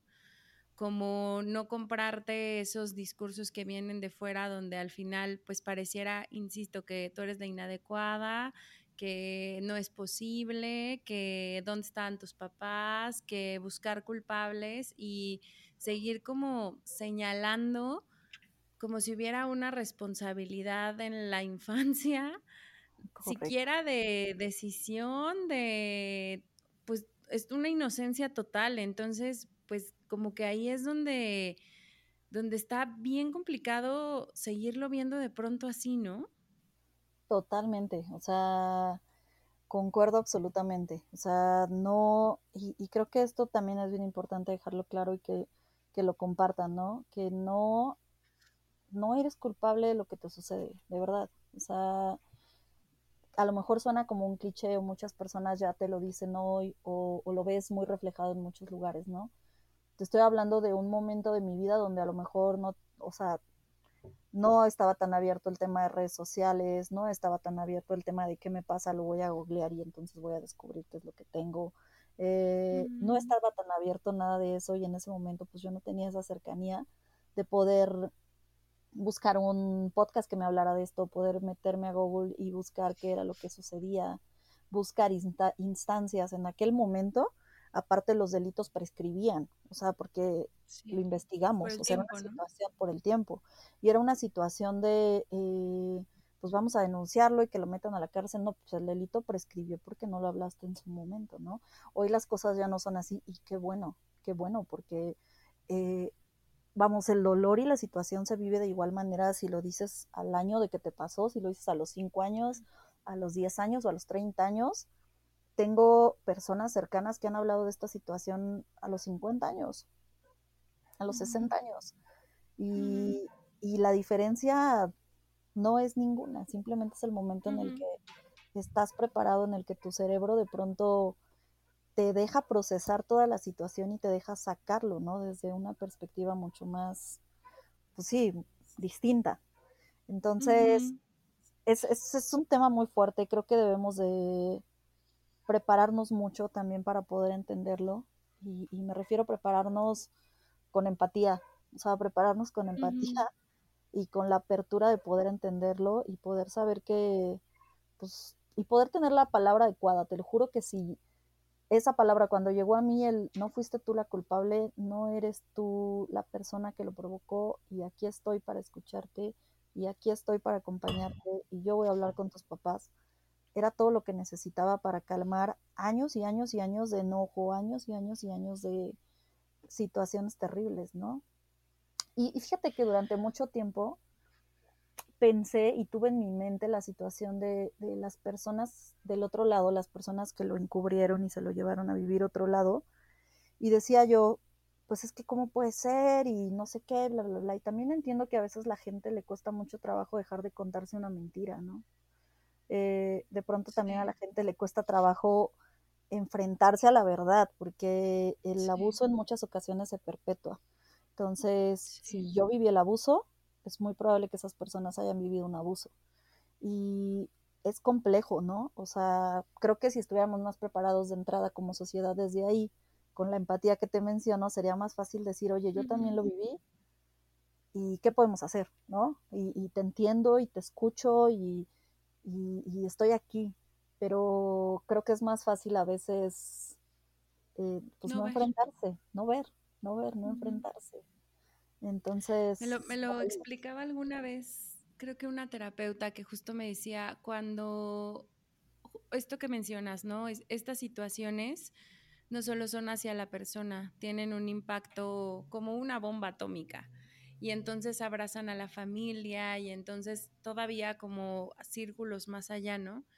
Como no comprarte esos discursos que vienen de fuera donde al final pues pareciera, insisto, que tú eres la inadecuada, que no es posible, que dónde están tus papás, que buscar culpables y seguir como señalando como si hubiera una responsabilidad en la infancia, Correcto. siquiera de decisión, de, pues es una inocencia total, entonces, pues como que ahí es donde, donde está bien complicado seguirlo viendo de pronto así, ¿no? Totalmente, o sea, concuerdo absolutamente, o sea, no, y, y creo que esto también es bien importante dejarlo claro y que, que lo compartan, ¿no? Que no, no eres culpable de lo que te sucede, de verdad, o sea, a lo mejor suena como un cliché o muchas personas ya te lo dicen hoy o, o lo ves muy reflejado en muchos lugares, ¿no? Te estoy hablando de un momento de mi vida donde a lo mejor no, o sea, no estaba tan abierto el tema de redes sociales, no estaba tan abierto el tema de qué me pasa, lo voy a googlear y entonces voy a descubrir qué es lo que tengo. Eh, no Mm, estaba tan abierto nada de eso y en ese momento pues yo no tenía esa cercanía de poder buscar un podcast que me hablara de esto, poder meterme a Google y buscar qué era lo que sucedía, buscar insta instancias en aquel momento, aparte los delitos prescribían, o sea, porque lo sí, por investigamos, el o sea, era una tiempo, ¿no? situación por el tiempo, y era una situación de, eh, pues vamos a denunciarlo y que lo metan a la cárcel, no, pues el delito prescribió porque no lo hablaste en su momento, ¿no? Hoy las cosas ya no son así y qué bueno, qué bueno, porque eh, vamos, el dolor y la situación se vive de igual manera si lo dices al año de que te pasó, si lo dices a los cinco años, a los diez años o a los treinta años. Tengo personas cercanas que han hablado de esta situación a los cincuenta años, a los Mm, sesenta años. mm, Y, y la diferencia no es ninguna, simplemente es el momento en el mm, que estás preparado, en el que tu cerebro de pronto te deja procesar toda la situación y te deja sacarlo, ¿no? Desde una perspectiva mucho más, pues sí, distinta. Entonces, mm, es, es, es un tema muy fuerte, creo que debemos de prepararnos mucho también para poder entenderlo y, y me refiero a prepararnos con empatía, o sea, prepararnos con empatía mm, y con la apertura de poder entenderlo y poder saber que, pues, y poder tener la palabra adecuada. Te lo juro que si esa palabra cuando llegó a mí, el no fuiste tú la culpable, no eres tú la persona que lo provocó y aquí estoy para escucharte y aquí estoy para acompañarte y yo voy a hablar con tus papás. Era todo lo que necesitaba para calmar años y años y años de enojo, años y años y años de situaciones terribles, ¿no? Y, y fíjate que durante mucho tiempo pensé y tuve en mi mente la situación de, de las personas del otro lado, las personas que lo encubrieron y se lo llevaron a vivir otro lado, y decía yo, pues es que cómo puede ser y no sé qué, bla, bla, bla. Y también entiendo que a veces a la gente le cuesta mucho trabajo dejar de contarse una mentira, ¿no? Eh, de pronto también a la sí, gente le cuesta trabajo enfrentarse a la verdad, porque el sí, abuso en muchas ocasiones se perpetúa. Entonces, sí. si yo viví el abuso, es muy probable que esas personas hayan vivido un abuso. Y es complejo, ¿no? O sea, creo que si estuviéramos más preparados de entrada como sociedad desde ahí, con la empatía que te menciono, sería más fácil decir, oye, yo también Ujú. lo viví y qué podemos hacer, ¿no? Y, y te entiendo y te escucho y, y, y, estoy aquí, pero creo que es más fácil a veces, eh, pues No no ver. enfrentarse, no ver, no ver, no Ujú. enfrentarse. Me lo, Entonces, me lo horrible. explicaba alguna vez, creo que una terapeuta que justo me decía, cuando ju- esto que mencionas, ¿no? Es, estas situaciones no solo son hacia la persona, tienen un impacto como una bomba atómica. Y entonces abrazan a la familia y entonces todavía como círculos más allá, ¿no?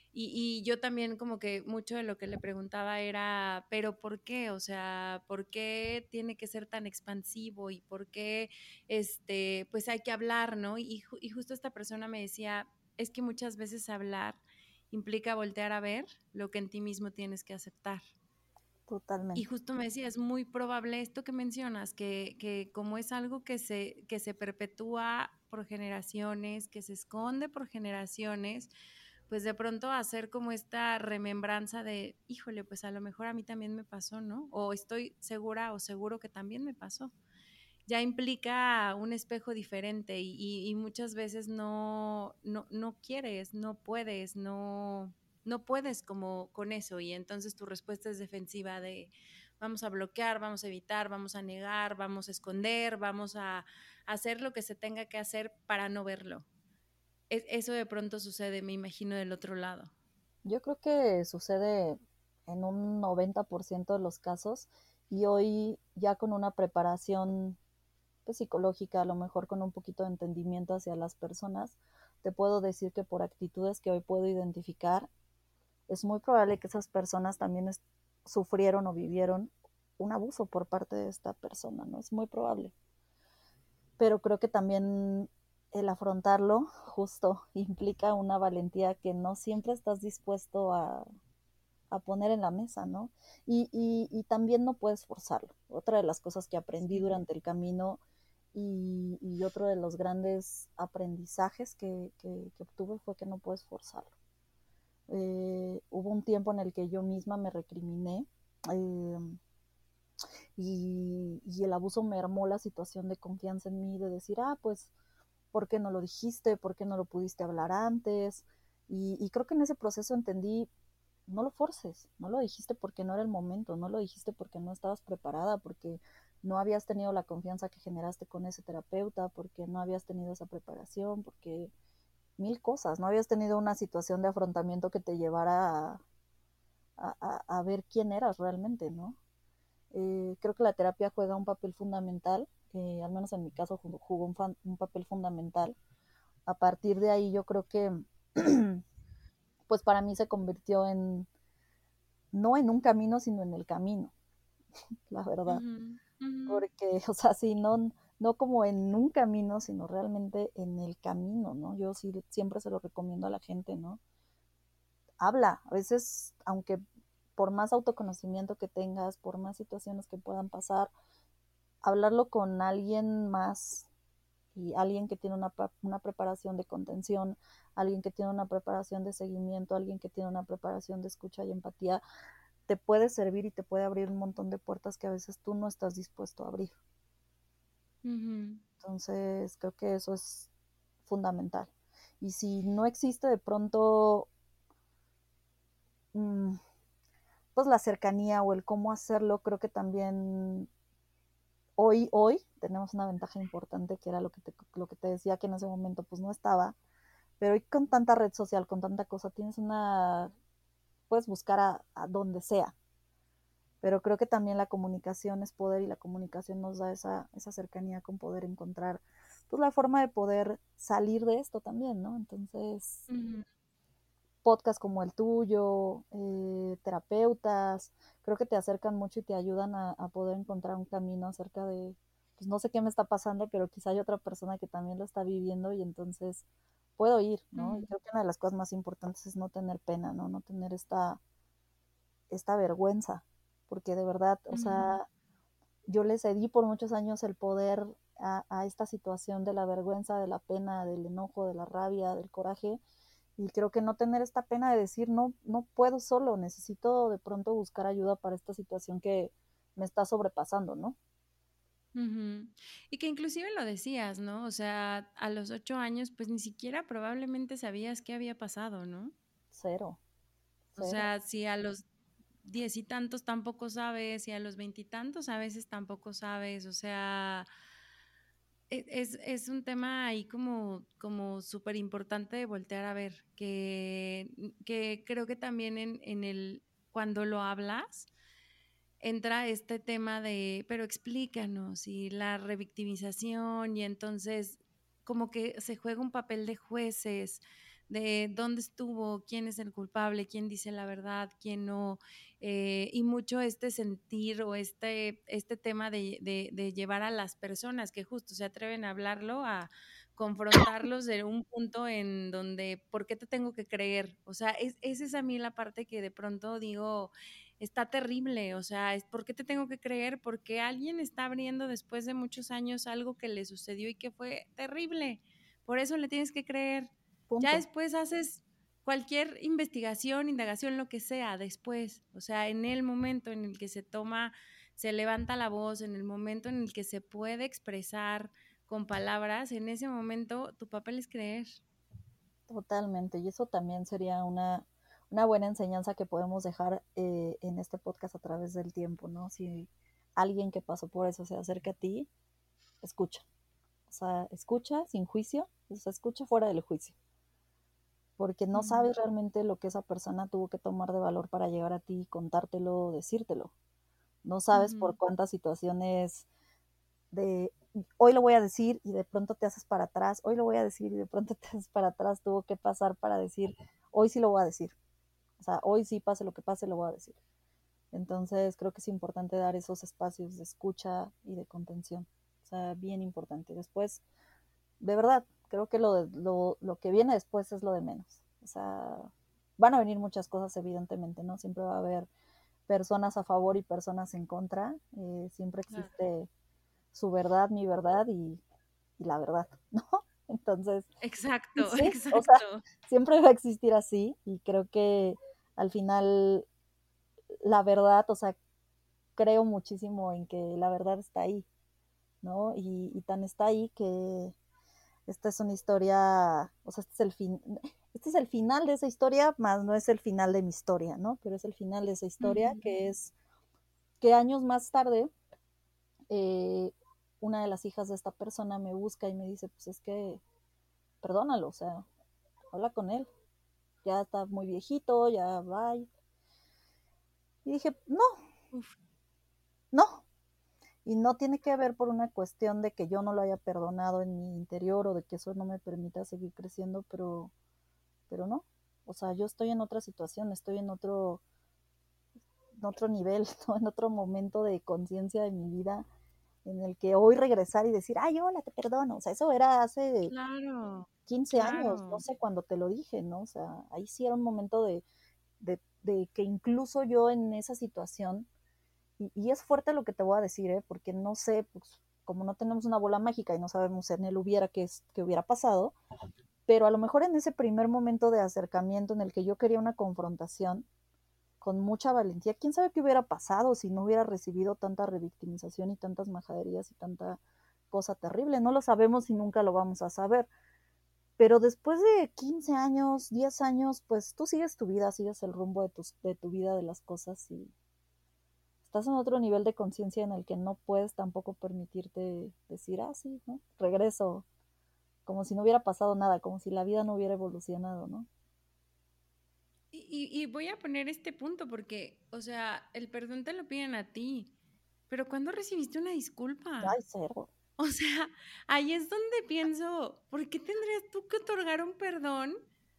Y, y yo también como que mucho de lo que le preguntaba era, pero ¿por qué? O sea, ¿por qué tiene que ser tan expansivo? ¿Y por qué, este, pues hay que hablar, ¿no? Y, ju- y justo esta persona me decía, es que muchas veces hablar implica voltear a ver lo que en ti mismo tienes que aceptar. Y Totalmente. justo me decía, es muy probable esto que mencionas, que, que como es algo que se, que se perpetúa por generaciones, que se esconde por generaciones, pues de pronto hacer como esta remembranza de, híjole, pues a lo mejor a mí también me pasó, ¿no? O estoy segura o seguro que también me pasó. Ya implica un espejo diferente y, y, y muchas veces no, no, no quieres, no puedes, no, no puedes como con eso y entonces tu respuesta es defensiva de vamos a bloquear, vamos a evitar, vamos a negar, vamos a esconder, vamos a hacer lo que se tenga que hacer para no verlo. Es, eso de pronto sucede, me imagino, del otro lado. Yo creo que sucede en un noventa por ciento de los casos y hoy ya con una preparación pues, psicológica, a lo mejor con un poquito de entendimiento hacia las personas, te puedo decir que por actitudes que hoy puedo identificar, es muy probable que esas personas también es, sufrieron o vivieron un abuso por parte de esta persona, ¿no? Es muy probable. Pero creo que también el afrontarlo justo implica una valentía que no siempre estás dispuesto a, a poner en la mesa, ¿no? Y, y, y, también no puedes forzarlo. Otra de las cosas que aprendí Sí. durante el camino y, y otro de los grandes aprendizajes que, que, que obtuve fue que no puedes forzarlo. Eh, hubo un tiempo en el que yo misma me recriminé eh, y, y el abuso mermó la situación de confianza en mí, de decir, ah, pues, ¿por qué no lo dijiste? ¿Por qué no lo pudiste hablar antes? Y, y creo que en ese proceso entendí, no lo forces, no lo dijiste porque no era el momento, no lo dijiste porque no estabas preparada, porque no habías tenido la confianza que generaste con ese terapeuta, porque no habías tenido esa preparación, porque mil cosas, no habías tenido una situación de afrontamiento que te llevara a, a, a ver quién eras realmente, ¿no? Eh, creo que la terapia juega un papel fundamental, eh, al menos en mi caso jugó un, fan, un papel fundamental. A partir de ahí yo creo que pues para mí se convirtió en, no en un camino, sino en el camino, la verdad. Uh-huh, uh-huh. Porque, o sea, sí, no, no como en un camino, sino realmente en el camino, ¿no? Yo sí siempre se lo recomiendo a la gente, ¿no? Habla, a veces, aunque por más autoconocimiento que tengas, por más situaciones que puedan pasar, hablarlo con alguien más y alguien que tiene una, una preparación de contención, alguien que tiene una preparación de seguimiento, alguien que tiene una preparación de escucha y empatía, te puede servir y te puede abrir un montón de puertas que a veces tú no estás dispuesto a abrir. Uh-huh. Entonces, creo que eso es fundamental. Y si no existe de pronto, mmm, pues la cercanía o el cómo hacerlo, creo que también hoy, hoy tenemos una ventaja importante que era lo que te, lo que te decía que en ese momento pues no estaba, pero hoy con tanta red social, con tanta cosa, tienes una, puedes buscar a, a donde sea, pero creo que también la comunicación es poder y la comunicación nos da esa, esa cercanía con poder encontrar pues la forma de poder salir de esto también, ¿no? Entonces, Uh-huh. podcasts como el tuyo, eh, terapeutas, creo que te acercan mucho y te ayudan a, a poder encontrar un camino acerca de, pues no sé qué me está pasando, pero quizá hay otra persona que también lo está viviendo y entonces puedo ir, ¿no? Y Uh-huh. creo que una de las cosas más importantes es no tener pena, ¿no? No tener esta, esta vergüenza, porque de verdad, o Uh-huh. sea, yo le cedí por muchos años el poder a, a esta situación de la vergüenza, de la pena, del enojo, de la rabia, del coraje, y creo que no tener esta pena de decir, no, no puedo solo, necesito de pronto buscar ayuda para esta situación que me está sobrepasando, ¿no? Uh-huh. Y que inclusive lo decías, ¿no? O sea, a los ocho años, pues ni siquiera probablemente sabías qué había pasado, ¿no? Cero, O cero. sea, si a los diez y tantos tampoco sabes, y a los veintitantos a veces tampoco sabes, o sea, e- es, es un tema ahí como, como súper importante de voltear a ver, que, que creo que también en, en el, cuando lo hablas, entra este tema de, pero explícanos, y la revictimización, y entonces como que se juega un papel de jueces, de dónde estuvo, quién es el culpable, quién dice la verdad, quién no, eh, y mucho este sentir o este, este tema de, de, de llevar a las personas que justo se atreven a hablarlo, a confrontarlos de un punto en donde, ¿por qué te tengo que creer? O sea, es, esa es a mí la parte que de pronto digo, está terrible, o sea, es ¿por qué te tengo que creer? Porque alguien está abriendo después de muchos años algo que le sucedió y que fue terrible, por eso le tienes que creer. Ya Punto. después haces cualquier investigación, indagación, lo que sea, después, o sea, en el momento en el que se toma, se levanta la voz, en el momento en el que se puede expresar con palabras, en ese momento tu papel es creer. Totalmente, y eso también sería una, una buena enseñanza que podemos dejar eh, en este podcast a través del tiempo, ¿no? Si alguien que pasó por eso se acerca a ti, escucha. O sea, escucha sin juicio, o sea, escucha fuera del juicio, porque no Mm. sabes realmente lo que esa persona tuvo que tomar de valor para llegar a ti, contártelo, decírtelo. No sabes por Ujú. cuántas situaciones de hoy lo voy a decir y de pronto te haces para atrás, hoy lo voy a decir y de pronto te haces para atrás, tuvo que pasar para decir, hoy sí lo voy a decir. O sea, hoy sí, pase lo que pase, lo voy a decir. Entonces, creo que es importante dar esos espacios de escucha y de contención. O sea, bien importante. Después, de verdad, creo que lo, de, lo, lo que viene después es lo de menos. O sea, van a venir muchas cosas, evidentemente, ¿no? Siempre va a haber personas a favor y personas en contra. Eh, siempre Claro. existe su verdad, mi verdad y, y la verdad, ¿no? Entonces, Exacto, sí, o sea, exacto. siempre va a existir así y creo que al final la verdad, o sea, creo muchísimo en que la verdad está ahí, ¿no? Y, y tan está ahí que esta es una historia, o sea, este es el fin, este es el final de esa historia, más no es el final de mi historia, ¿no? Pero es el final de esa historia Ujú. que es que años más tarde eh, una de las hijas de esta persona me busca y me dice, pues es que perdónalo, o sea, habla con él, ya está muy viejito, ya va. Y dije, no, Uf. no, y no tiene que ver por una cuestión de que yo no lo haya perdonado en mi interior o de que eso no me permita seguir creciendo, pero, pero no, o sea, yo estoy en otra situación, estoy en otro, en otro nivel, ¿no? En otro momento de conciencia de mi vida en el que hoy regresar y decir, ay, hola, te perdono, o sea, eso era hace Claro, quince años, no claro. sé cuándo te lo dije, ¿no? O sea, ahí sí era un momento de, de, de que incluso yo en esa situación, y, y, es fuerte lo que te voy a decir, ¿eh? Porque no sé, pues como no tenemos una bola mágica y no sabemos en el hubiera qué es, qué hubiera pasado, pero a lo mejor en ese primer momento de acercamiento en el que yo quería una confrontación con mucha valentía, quién sabe qué hubiera pasado si no hubiera recibido tanta revictimización y tantas majaderías y tanta cosa terrible, no lo sabemos y nunca lo vamos a saber, pero después de quince años, diez años, pues tú sigues tu vida, sigues el rumbo de tu, de tu vida, de las cosas y estás en otro nivel de conciencia en el que no puedes tampoco permitirte decir, ah, sí, ¿no? Regreso, como si no hubiera pasado nada, como si la vida no hubiera evolucionado, ¿no? Y, y, y voy a poner este punto porque, o sea, el perdón te lo piden a ti, pero ¿cuándo recibiste una disculpa? Ay, cero. O sea, ahí es donde pienso, ¿por qué tendrías tú que otorgar un perdón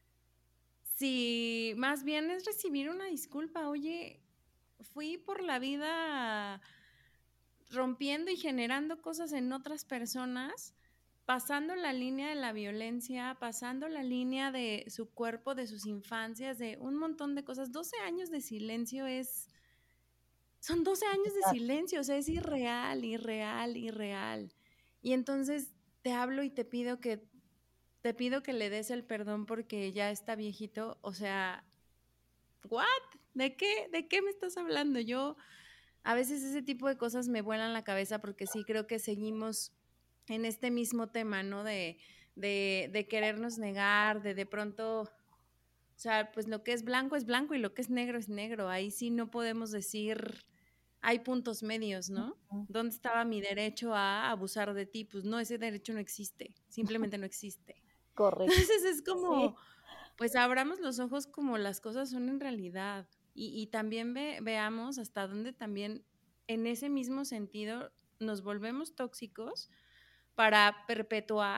si más bien es recibir una disculpa? Oye, fui por la vida rompiendo y generando cosas en otras personas, pasando la línea de la violencia, pasando la línea de su cuerpo, de sus infancias, de un montón de cosas. doce años de silencio es, son doce años de silencio, o sea, es irreal, irreal, irreal. Y entonces te hablo y te pido que, te pido que le des el perdón porque ya está viejito, o sea, ¿what? ¿De qué? ¿De qué me estás hablando? Yo a veces ese tipo de cosas me vuelan la cabeza porque sí creo que seguimos en este mismo tema, ¿no? De, de, de querernos negar, de de pronto, o sea, pues lo que es blanco es blanco y lo que es negro es negro. Ahí sí no podemos decir, hay puntos medios, ¿no? ¿Dónde estaba mi derecho a abusar de ti? Pues no, ese derecho no existe, simplemente no existe. Correcto. Entonces es Sí, como, pues abramos los ojos como las cosas son en realidad y, y también ve, veamos hasta dónde también en ese mismo sentido nos volvemos tóxicos para perpetuar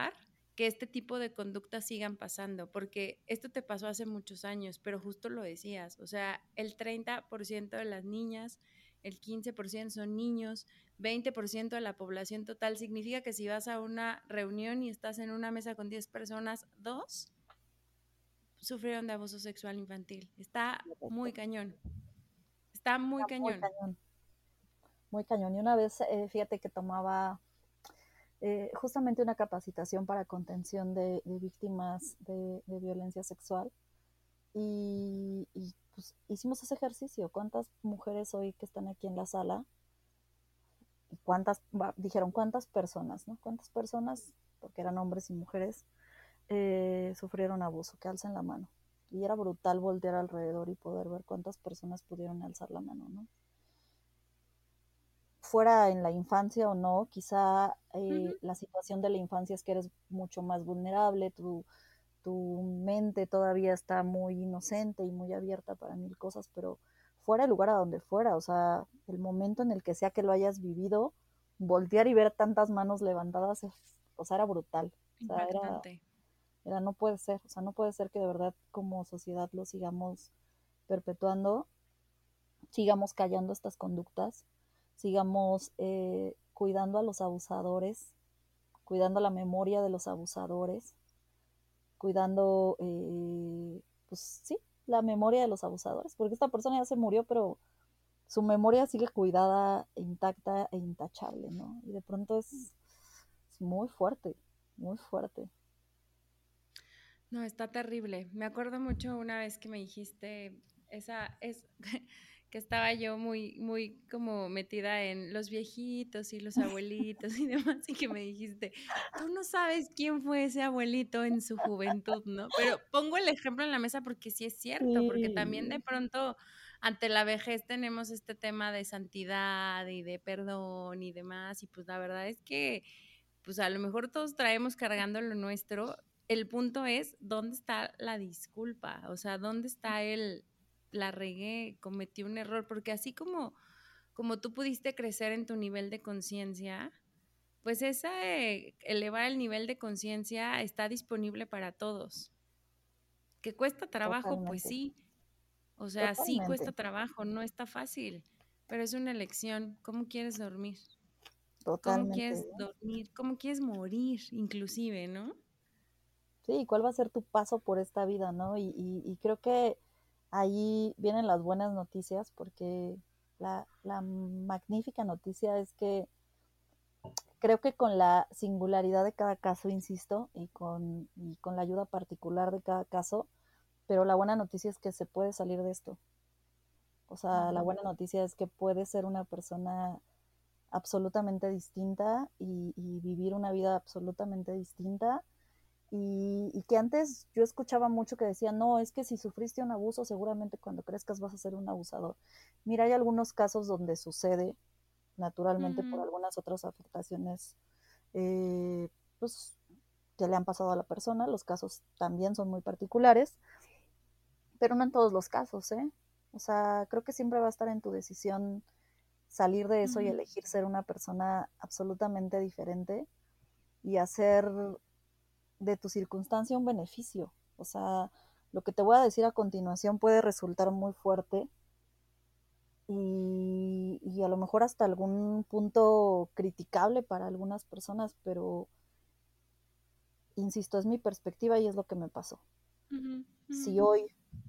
que este tipo de conductas sigan pasando, porque esto te pasó hace muchos años, pero justo lo decías, o sea, el treinta por ciento de las niñas, el quince por ciento son niños, veinte por ciento de la población total, significa que si vas a una reunión y estás en una mesa con diez personas, dos sufrieron de abuso sexual infantil. Está muy cañón, está muy Está muy cañón. cañón, muy cañón. Y una vez, eh, fíjate que tomaba eh, justamente una capacitación para contención de, de víctimas de, de violencia sexual y, y pues, hicimos ese ejercicio. ¿Cuántas mujeres hoy que están aquí en la sala? ¿Y cuántas, va, dijeron, cuántas personas, ¿no? ¿Cuántas personas, porque eran hombres y mujeres, eh, sufrieron abuso? Que alcen la mano. Y era brutal voltear alrededor y poder ver cuántas personas pudieron alzar la mano, ¿no? Fuera en la infancia o no, quizá eh, Uh-huh. la situación de la infancia es que eres mucho más vulnerable, tu, tu mente todavía está muy inocente y muy abierta para mil cosas, pero fuera el lugar a donde fuera, o sea, el momento en el que sea que lo hayas vivido, voltear y ver tantas manos levantadas, es, o sea, era brutal, o sea, era, Impactante. era, no puede ser, o sea, no puede ser que de verdad como sociedad lo sigamos perpetuando, sigamos callando estas conductas, sigamos eh, cuidando a los abusadores, cuidando la memoria de los abusadores, cuidando, eh, pues sí, la memoria de los abusadores, porque esta persona ya se murió, pero su memoria sigue cuidada, intacta e intachable, ¿no? Y de pronto es, es muy fuerte, muy fuerte. No, está terrible. Me acuerdo mucho una vez que me dijiste, esa es que estaba yo muy, muy como metida en los viejitos y los abuelitos y demás, y que me dijiste, tú no sabes quién fue ese abuelito en su juventud, ¿no? Pero pongo el ejemplo en la mesa porque sí es cierto, porque también de Sí, pronto ante la vejez tenemos este tema de santidad y de perdón y demás, y pues la verdad es que pues a lo mejor todos traemos cargando lo nuestro. El punto es, ¿dónde está la disculpa? O sea, ¿dónde está el, la regué, cometí un error? Porque así como, como tú pudiste crecer en tu nivel de conciencia, pues esa, eh, elevar el nivel de conciencia está disponible para todos. ¿Que cuesta trabajo? Pues totalmente, sí. O sea, sí cuesta totalmente, trabajo, no está fácil, pero es una elección. ¿Cómo quieres dormir? ¿Cómo totalmente. quieres dormir? ¿Cómo quieres morir, inclusive, no? Sí, ¿cuál va a ser tu paso por esta vida, no? Y, y, y creo que ahí vienen las buenas noticias, porque la, la magnífica noticia es que creo que con la singularidad de cada caso, insisto, y con, y con la ayuda particular de cada caso, pero la buena noticia es que se puede salir de esto. O sea, la Ujú. buena noticia es que puedes ser una persona absolutamente distinta y, y vivir una vida absolutamente distinta. Y, y que antes yo escuchaba mucho que decían, no, es que si sufriste un abuso, seguramente cuando crezcas vas a ser un abusador. Mira, hay algunos casos donde sucede naturalmente por Ujú. algunas otras afectaciones eh, pues, que le han pasado a la persona. Los casos también son muy particulares, pero no en todos los casos, ¿eh? O sea, creo que siempre va a estar en tu decisión salir de eso y Ujú. elegir ser una persona absolutamente diferente y hacer de tu circunstancia un beneficio. O sea, lo que te voy a decir a continuación puede resultar muy fuerte y, y a lo mejor hasta algún punto criticable para algunas personas, pero insisto, es mi perspectiva y es lo que me pasó. Ujú. Ujú. Si hoy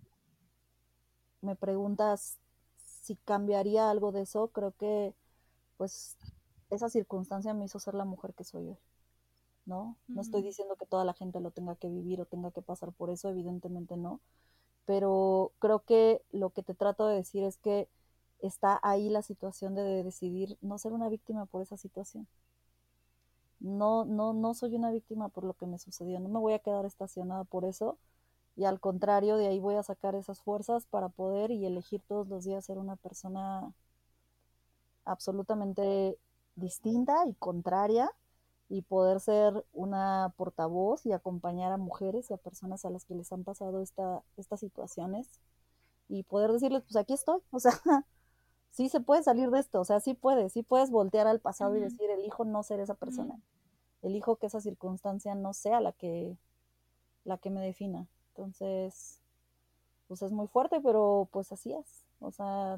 me preguntas si cambiaría algo de eso, creo que pues esa circunstancia me hizo ser la mujer que soy hoy, ¿no? No estoy Ujú. diciendo que toda la gente lo tenga que vivir o tenga que pasar por eso, evidentemente no, pero creo que lo que te trato de decir es que está ahí la situación de decidir no ser una víctima por esa situación. No, no, no soy una víctima por lo que me sucedió, no me voy a quedar estacionada por eso y al contrario, de ahí voy a sacar esas fuerzas para poder y elegir todos los días ser una persona absolutamente distinta y contraria y poder ser una portavoz y acompañar a mujeres y a personas a las que les han pasado esta, estas situaciones y poder decirles, pues aquí estoy, o sea, sí se puede salir de esto, o sea, sí puedes, sí puedes voltear al pasado y Ujú. decir, elijo no ser esa persona. Ujú. elijo que esa circunstancia no sea la que, la que me defina. Entonces, pues es muy fuerte, pero pues así es. O sea,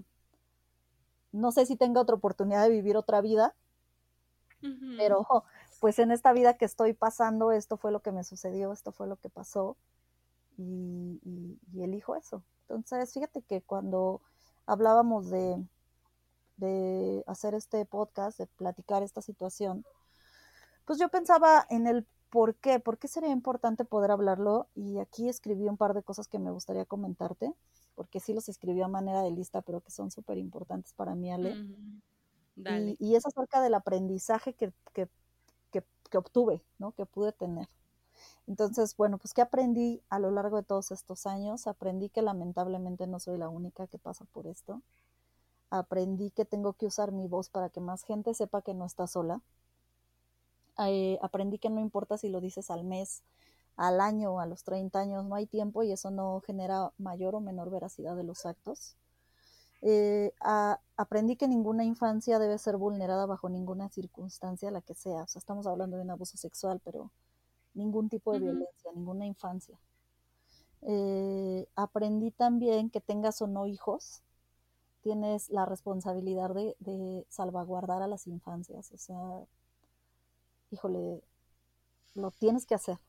no sé si tenga otra oportunidad de vivir otra vida, Uh-huh. pero pues en esta vida que estoy pasando, esto fue lo que me sucedió, esto fue lo que pasó, y, y, y elijo eso. Entonces, fíjate que cuando hablábamos de, de hacer este podcast, de platicar esta situación, pues yo pensaba en el por qué, por qué sería importante poder hablarlo, y aquí escribí un par de cosas que me gustaría comentarte, porque sí los escribí a manera de lista, pero que son súper importantes para mí, Ale. Uh-huh. Y, Dale. y es acerca del aprendizaje que, que, que, que obtuve, ¿no? Que pude tener. Entonces, bueno, pues ¿qué aprendí a lo largo de todos estos años? Aprendí que lamentablemente no soy la única que pasa por esto. Aprendí que tengo que usar mi voz para que más gente sepa que no está sola. Eh, aprendí que no importa si lo dices al mes, al año, a los treinta años, no hay tiempo, y eso no genera mayor o menor veracidad de los actos. Eh, a, aprendí que ninguna infancia debe ser vulnerada bajo ninguna circunstancia, la que sea. O sea, estamos hablando de un abuso sexual, pero ningún tipo de Uh-huh. violencia, ninguna infancia. Eh, aprendí también que tengas o no hijos, tienes la responsabilidad de, de salvaguardar a las infancias. O sea, híjole, lo tienes que hacer.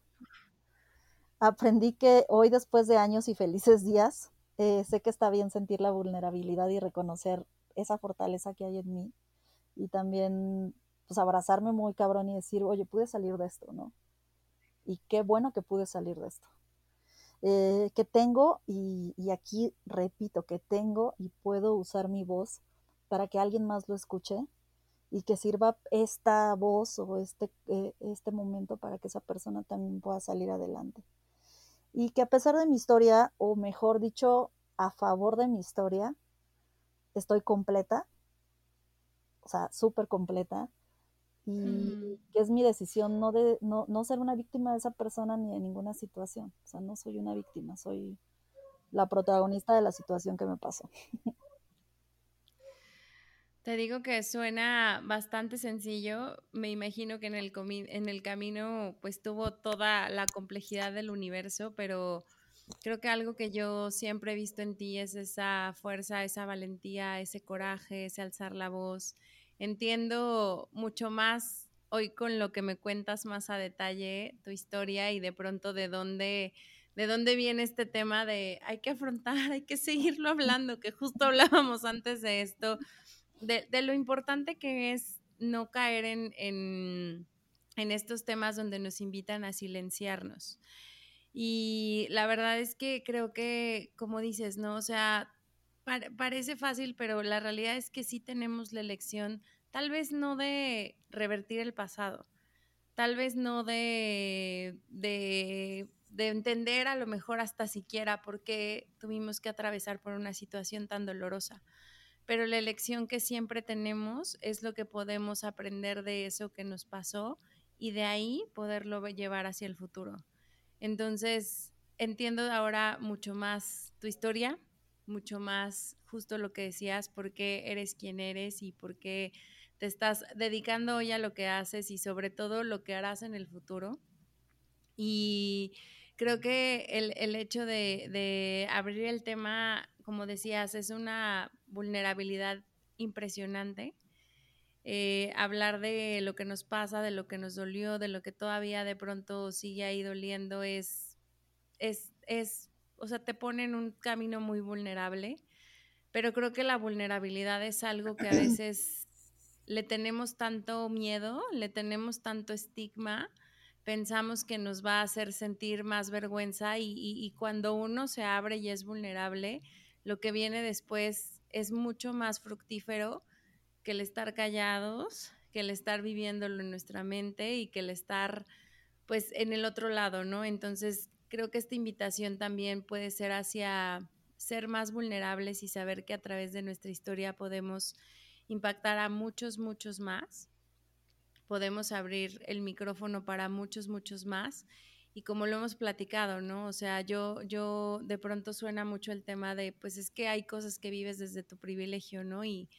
Aprendí que hoy, después de años y felices días, eh, sé que está bien sentir la vulnerabilidad y reconocer esa fortaleza que hay en mí, y también pues abrazarme muy cabrón y decir, oye, pude salir de esto, ¿no? Y qué bueno que pude salir de esto. Eh, que tengo, y, y aquí repito, que tengo y puedo usar mi voz para que alguien más lo escuche, y que sirva esta voz o este, eh, este momento para que esa persona también pueda salir adelante. Y que a pesar de mi historia, o mejor dicho, a favor de mi historia, estoy completa, o sea, súper completa, y Uh-huh. que es mi decisión no, de, no, no ser una víctima de esa persona ni de ninguna situación. O sea, no soy una víctima, soy la protagonista de la situación que me pasó. Te digo que suena bastante sencillo. Me imagino que en el, comi- en el camino pues tuvo toda la complejidad del universo, pero creo que algo que yo siempre he visto en ti es esa fuerza, esa valentía, ese coraje, ese alzar la voz. Entiendo mucho más hoy con lo que me cuentas más a detalle tu historia, y de pronto de dónde, de dónde viene este tema de hay que afrontar, hay que seguirlo hablando, que justo hablábamos antes de esto, de, de lo importante que es no caer en, en, en estos temas donde nos invitan a silenciarnos. Y la verdad es que creo que, como dices, ¿no? O sea, par- parece fácil, pero la realidad es que sí tenemos la elección, tal vez no de revertir el pasado, tal vez no de, de, de entender a lo mejor hasta siquiera por qué tuvimos que atravesar por una situación tan dolorosa, pero la elección que siempre tenemos es lo que podemos aprender de eso que nos pasó, y de ahí poderlo llevar hacia el futuro. Entonces, entiendo ahora mucho más tu historia, mucho más justo lo que decías, por qué eres quien eres y por qué te estás dedicando hoy a lo que haces, y sobre todo lo que harás en el futuro. Y creo que el, el hecho de, de abrir el tema, como decías, es una vulnerabilidad impresionante. Eh, hablar de lo que nos pasa, de lo que nos dolió, de lo que todavía de pronto sigue ahí doliendo, es, es, es, o sea, te pone en un camino muy vulnerable, pero creo que la vulnerabilidad es algo que a veces le tenemos tanto miedo, le tenemos tanto estigma, pensamos que nos va a hacer sentir más vergüenza, y, y, y cuando uno se abre y es vulnerable, lo que viene después es mucho más fructífero que el estar callados, que el estar viviéndolo en nuestra mente y que el estar pues en el otro lado, ¿no? Entonces creo que esta invitación también puede ser hacia ser más vulnerables y saber que a través de nuestra historia podemos impactar a muchos, muchos más, podemos abrir el micrófono para muchos, muchos más. Y como lo hemos platicado, ¿no? O sea, yo, yo de pronto suena mucho el tema de, pues es que hay cosas que vives desde tu privilegio, ¿no? Y,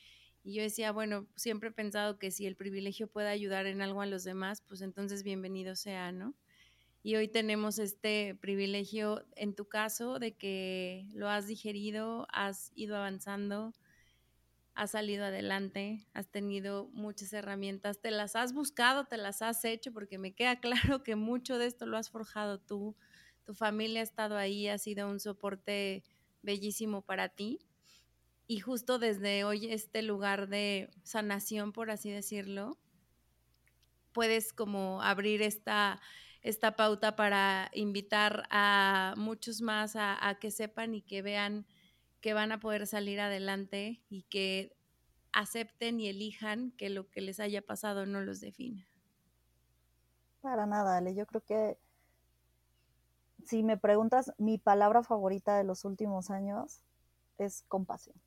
Y yo decía, bueno, siempre he pensado que si el privilegio puede ayudar en algo a los demás, pues entonces bienvenido sea, ¿no? Y hoy tenemos este privilegio, en tu caso, de que lo has digerido, has ido avanzando, has salido adelante, has tenido muchas herramientas, te las has buscado, te las has hecho, porque me queda claro que mucho de esto lo has forjado tú, tu familia ha estado ahí, ha sido un soporte bellísimo para ti. Y justo desde hoy este lugar de sanación, por así decirlo, puedes como abrir esta, esta pauta para invitar a muchos más a, a que sepan y que vean que van a poder salir adelante y que acepten y elijan que lo que les haya pasado no los define. Para nada, Ale. Yo creo que si me preguntas, mi palabra favorita de los últimos años es compasión.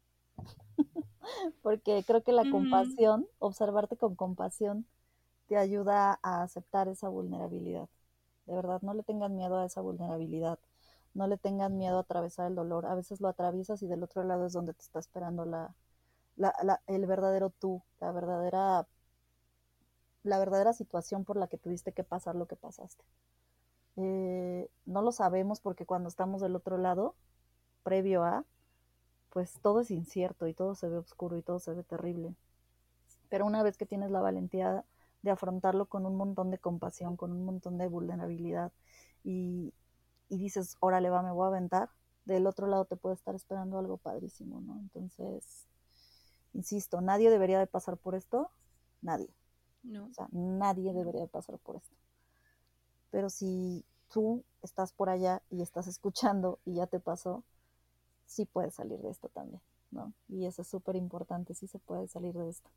Porque creo que la Ujú. compasión, observarte con compasión, te ayuda a aceptar esa vulnerabilidad. De verdad, no le tengan miedo a esa vulnerabilidad. No le tengan miedo a atravesar el dolor. A veces lo atraviesas y del otro lado es donde te está esperando la, la, la, el verdadero tú, la verdadera, la verdadera situación por la que tuviste que pasar lo que pasaste. Eh, no lo sabemos porque cuando estamos del otro lado, previo a, pues todo es incierto y todo se ve oscuro y todo se ve terrible. Pero una vez que tienes la valentía de afrontarlo con un montón de compasión, con un montón de vulnerabilidad y, y dices, órale, va, me voy a aventar, del otro lado te puede estar esperando algo padrísimo, ¿no? Entonces, insisto, nadie debería de pasar por esto, nadie. No, O sea, nadie no. debería de pasar por esto. Pero si tú estás por allá y estás escuchando y ya te pasó, sí puedes salir de esto también, ¿no? Y eso es súper importante, sí se puede salir de esto.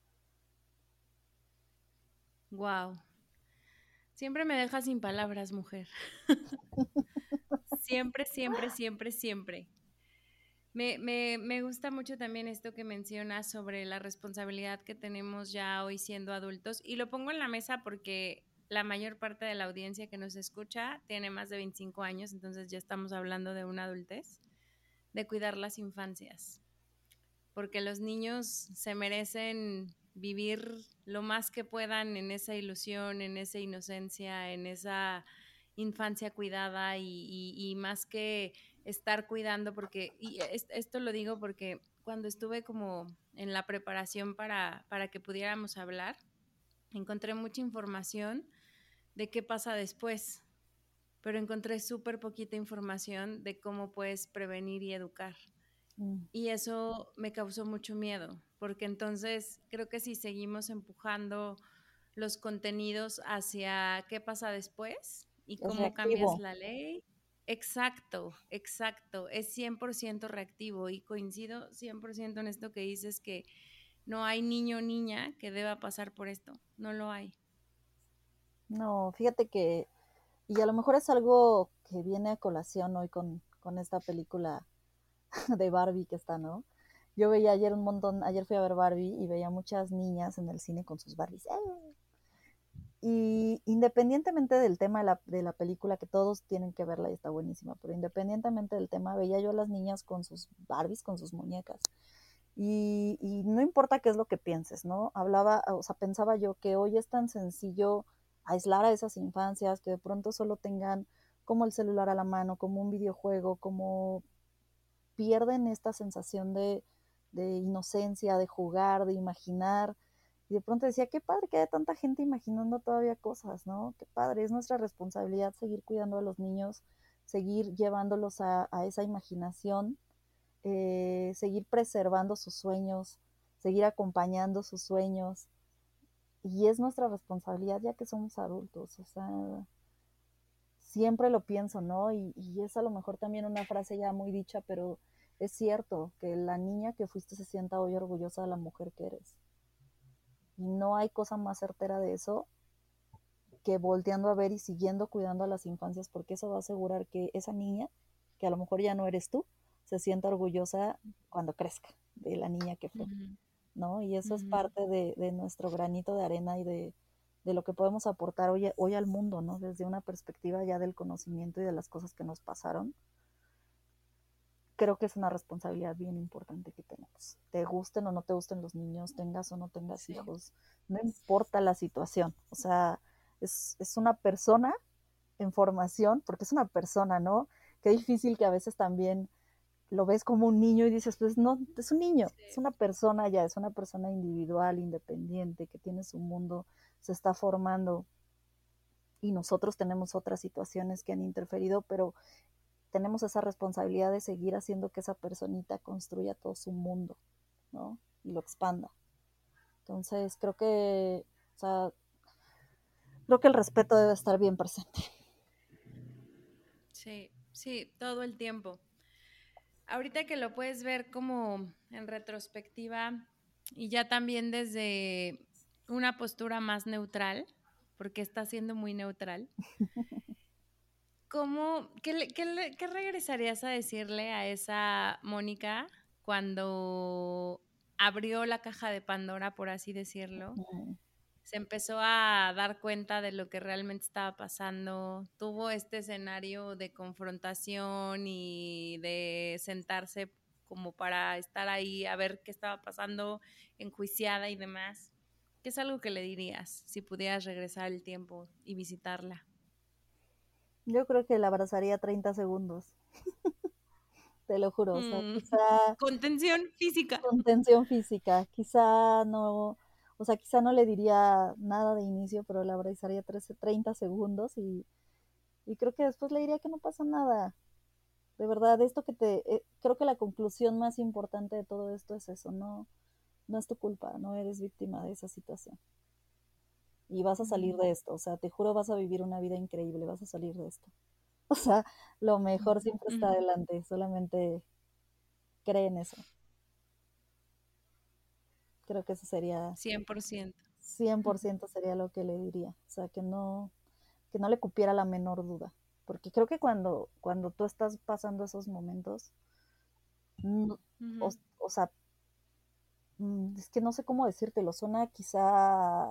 Wow. Siempre me dejas sin palabras, mujer. Siempre, siempre, siempre, siempre. Me, me, me gusta mucho también esto que mencionas sobre la responsabilidad que tenemos ya hoy siendo adultos. Y lo pongo en la mesa porque la mayor parte de la audiencia que nos escucha tiene más de veinticinco años, entonces ya estamos hablando de una adultez, de cuidar las infancias. Porque los niños se merecen vivir lo más que puedan en esa ilusión, en esa inocencia, en esa infancia cuidada y, y, y más que estar cuidando, porque, y esto lo digo porque cuando estuve como en la preparación para, para que pudiéramos hablar, encontré mucha información de qué pasa después, pero encontré súper poquita información de cómo puedes prevenir y educar. Mm. Y eso me causó mucho miedo, porque entonces creo que si seguimos empujando los contenidos hacia qué pasa después y Es cómo cambias reactivo. la ley, exacto, exacto, es cien por ciento reactivo y coincido cien por ciento en esto que dices que no hay niño o niña que deba pasar por esto, no lo hay. No, fíjate que, y a lo mejor es algo que viene a colación hoy con, con esta película de Barbie que está, ¿no? Yo veía ayer un montón, ayer fui a ver Barbie y veía muchas niñas en el cine con sus Barbies. ¡Eh! Y independientemente del tema de la, de la película, que todos tienen que verla y está buenísima, pero independientemente del tema, veía yo a las niñas con sus Barbies, con sus muñecas. Y, y no importa qué es lo que pienses, ¿no? Hablaba, o sea, pensaba yo que hoy es tan sencillo aislar a esas infancias, que de pronto solo tengan como el celular a la mano, como un videojuego, como pierden esta sensación de, de inocencia, de jugar, de imaginar. Y de pronto decía, qué padre que haya tanta gente imaginando todavía cosas, ¿no? Qué padre, es nuestra responsabilidad seguir cuidando a los niños, seguir llevándolos a, a esa imaginación, eh, seguir preservando sus sueños, seguir acompañando sus sueños. Y es nuestra responsabilidad ya que somos adultos, o sea, siempre lo pienso, ¿no? Y, y es a lo mejor también una frase ya muy dicha, pero es cierto que la niña que fuiste se sienta hoy orgullosa de la mujer que eres. Y no hay cosa más certera de eso que volteando a ver y siguiendo cuidando a las infancias, porque eso va a asegurar que esa niña, que a lo mejor ya no eres tú, se sienta orgullosa cuando crezca de la niña que fue, Uh-huh. ¿no? Y eso es Uh-huh. parte de, de nuestro granito de arena y de, de lo que podemos aportar hoy, hoy al mundo, ¿no? Desde una perspectiva ya del conocimiento y de las cosas que nos pasaron. creo que es una responsabilidad bien importante que tenemos. Te gusten o no te gusten los niños, tengas o no tengas sí. hijos, no importa la situación. O sea, es, es una persona en formación, porque es una persona, ¿no? Qué difícil que a veces también lo ves como un niño y dices, pues no, es un niño, sí. es una persona ya, es una persona individual, independiente, que tiene su mundo, se está formando, y nosotros tenemos otras situaciones que han interferido, pero tenemos esa responsabilidad de seguir haciendo que esa personita construya todo su mundo, ¿no? Y lo expanda. Entonces, creo que, o sea, creo que el respeto debe estar bien presente. Sí, sí, todo el tiempo. Ahorita que lo puedes ver como en retrospectiva y ya también desde una postura más neutral, porque está siendo muy neutral, ¿cómo, qué, le, qué, le, ¿qué regresarías a decirle a esa Mónica cuando abrió la caja de Pandora, por así decirlo? Mm. Se empezó a dar cuenta de lo que realmente estaba pasando, tuvo este escenario de confrontación y de sentarse como para estar ahí a ver qué estaba pasando, enjuiciada y demás. ¿Qué es algo que le dirías si pudieras regresar el tiempo y visitarla? Yo creo que la abrazaría treinta segundos. Te lo juro. O sea, mm. quizá... Contención física. Contención física. Quizá no... O sea, quizá no le diría nada de inicio, pero la abrazaría treinta segundos y, y creo que después le diría que no pasa nada. De verdad, esto que te... Eh, creo que la conclusión más importante de todo esto es eso, no, no es tu culpa, no eres víctima de esa situación. Y vas a salir de esto, o sea, te juro vas a vivir una vida increíble, vas a salir de esto. O sea, lo mejor siempre está adelante, solamente cree en eso. Creo que eso sería... cien por ciento. cien por ciento sería lo que le diría. O sea, que no, que no le cupiera la menor duda. Porque creo que cuando, cuando tú estás pasando esos momentos, no, uh-huh. o, o sea, es que no sé cómo decírtelo, suena quizá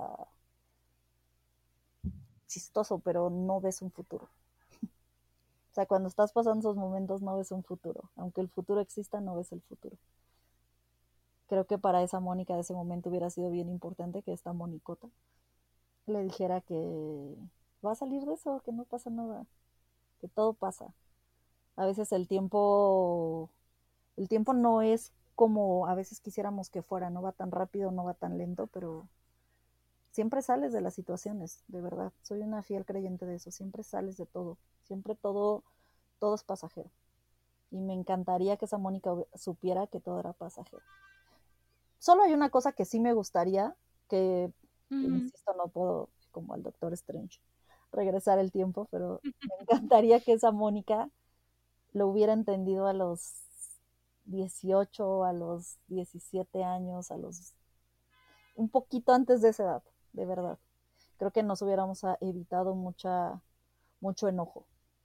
chistoso, pero no ves un futuro. O sea, cuando estás pasando esos momentos no ves un futuro. Aunque el futuro exista, no ves el futuro. Creo que para esa Mónica de ese momento hubiera sido bien importante que esta Monicota le dijera que va a salir de eso, que no pasa nada, que todo pasa. A veces el tiempo, el tiempo no es como a veces quisiéramos que fuera, no va tan rápido, no va tan lento, pero siempre sales de las situaciones, de verdad. Soy una fiel creyente de eso, siempre sales de todo, siempre todo, todo es pasajero. Y me encantaría que esa Mónica supiera que todo era pasajero. Solo hay una cosa que sí me gustaría, que, uh-huh. insisto, no puedo, como al Doctor Strange, regresar el tiempo, pero me encantaría que esa Mónica lo hubiera entendido a los dieciocho, a los diecisiete años, a los un poquito antes de esa edad, de verdad. Creo que nos hubiéramos evitado mucha, mucho enojo.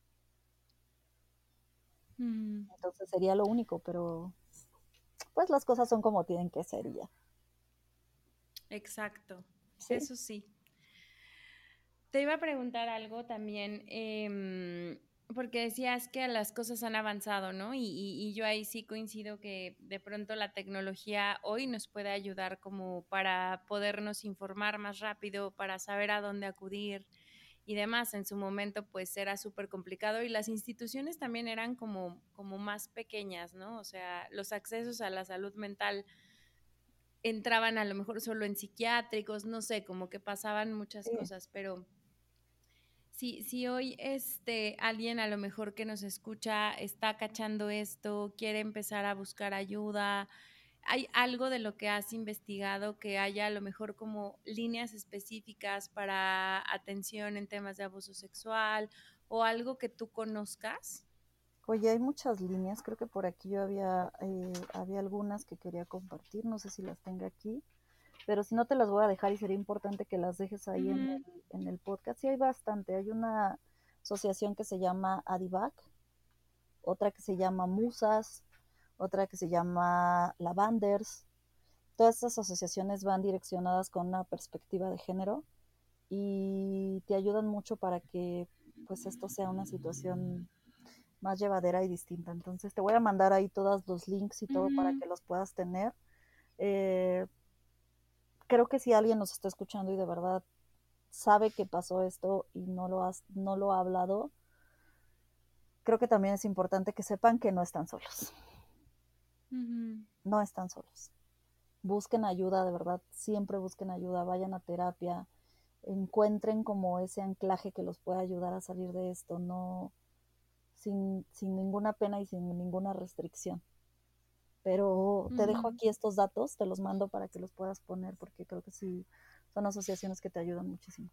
Uh-huh. Entonces sería lo único, pero pues las cosas son como tienen que ser y ya. Exacto, ¿sí? Eso sí. Te iba a preguntar algo también, eh, porque decías que las cosas han avanzado, ¿no? Y, y, y yo ahí sí coincido que de pronto la tecnología hoy nos puede ayudar como para podernos informar más rápido, para saber a dónde acudir y demás. En su momento pues era súper complicado y las instituciones también eran como, como más pequeñas, ¿no? O sea, los accesos a la salud mental entraban a lo mejor solo en psiquiátricos, no sé, como que pasaban muchas sí. cosas, pero si, si hoy este, alguien a lo mejor que nos escucha está cachando esto, quiere empezar a buscar ayuda, ¿hay algo de lo que has investigado que haya a lo mejor como líneas específicas para atención en temas de abuso sexual o algo que tú conozcas? Oye, hay muchas líneas, creo que por aquí yo había, eh, había algunas que quería compartir, no sé si las tenga aquí, pero si no te las voy a dejar y sería importante que las dejes ahí uh-huh. en, el, en el podcast. Sí hay bastante, hay una asociación que se llama Adivac, otra que se llama Musas, otra que se llama Lavanders. Todas estas asociaciones van direccionadas con una perspectiva de género y te ayudan mucho para que pues esto sea una situación más llevadera y distinta. Entonces te voy a mandar ahí todos los links y todo para Ujú. que los puedas tener. Eh, Creo que si alguien nos está escuchando y de verdad sabe que pasó esto y no lo, has, no lo ha hablado, creo que también es importante que sepan que no están solos. Ujú. No están solos. Busquen ayuda, de verdad, siempre busquen ayuda, vayan a terapia, encuentren como ese anclaje que los pueda ayudar a salir de esto, no sin, sin ninguna pena y sin ninguna restricción. Pero te dejo Ujú. aquí estos datos, te los mando para que los puedas poner, porque creo que sí son asociaciones que te ayudan muchísimo.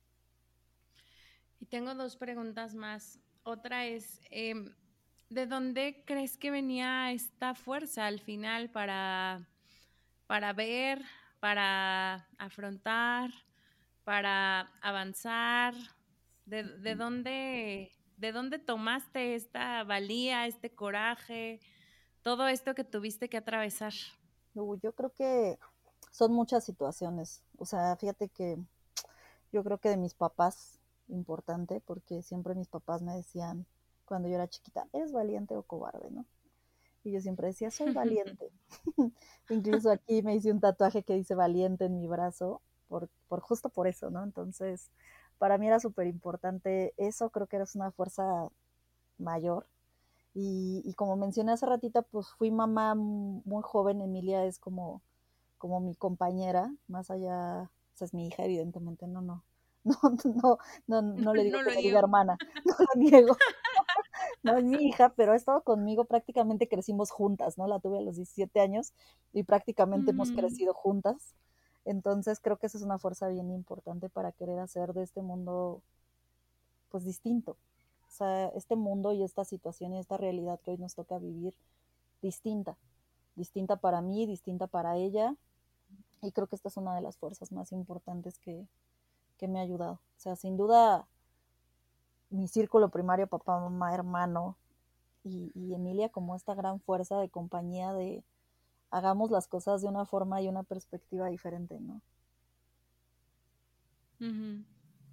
Y tengo dos preguntas más. Otra es, em, ¿de dónde crees que venía esta fuerza al final para, para ver, para afrontar, para avanzar? ¿De, de dónde, de dónde tomaste esta valía, este coraje, todo esto que tuviste que atravesar? Uh, yo creo que son muchas situaciones. O sea, fíjate que yo creo que de mis papás, importante, porque siempre mis papás me decían cuando yo era chiquita, ¿eres valiente o cobarde, no? Y yo siempre decía, soy valiente. Incluso aquí me hice un tatuaje que dice valiente en mi brazo, por, por justo por eso, ¿no? Entonces, para mí era súper importante eso, creo que eres una fuerza mayor. Y, y como mencioné hace ratita, pues fui mamá muy joven, Emilia es como, como mi compañera, más allá, o sea, es mi hija, evidentemente, no, no, no, no, no, no le digo No que lo me diga niego. hermana, no lo niego, no es mi hija, pero ha estado conmigo, prácticamente crecimos juntas, ¿no? La tuve a los diecisiete años y prácticamente hemos Ujú. crecido juntas. Entonces creo que esa es una fuerza bien importante para querer hacer de este mundo, pues, distinto. O sea, este mundo y esta situación y esta realidad que hoy nos toca vivir, distinta. Distinta para mí, distinta para ella. Y creo que esta es una de las fuerzas más importantes que, que me ha ayudado. O sea, sin duda, mi círculo primario, papá, mamá, hermano, y, y Emilia como esta gran fuerza de compañía de hagamos las cosas de una forma y una perspectiva diferente, ¿no? Ujú.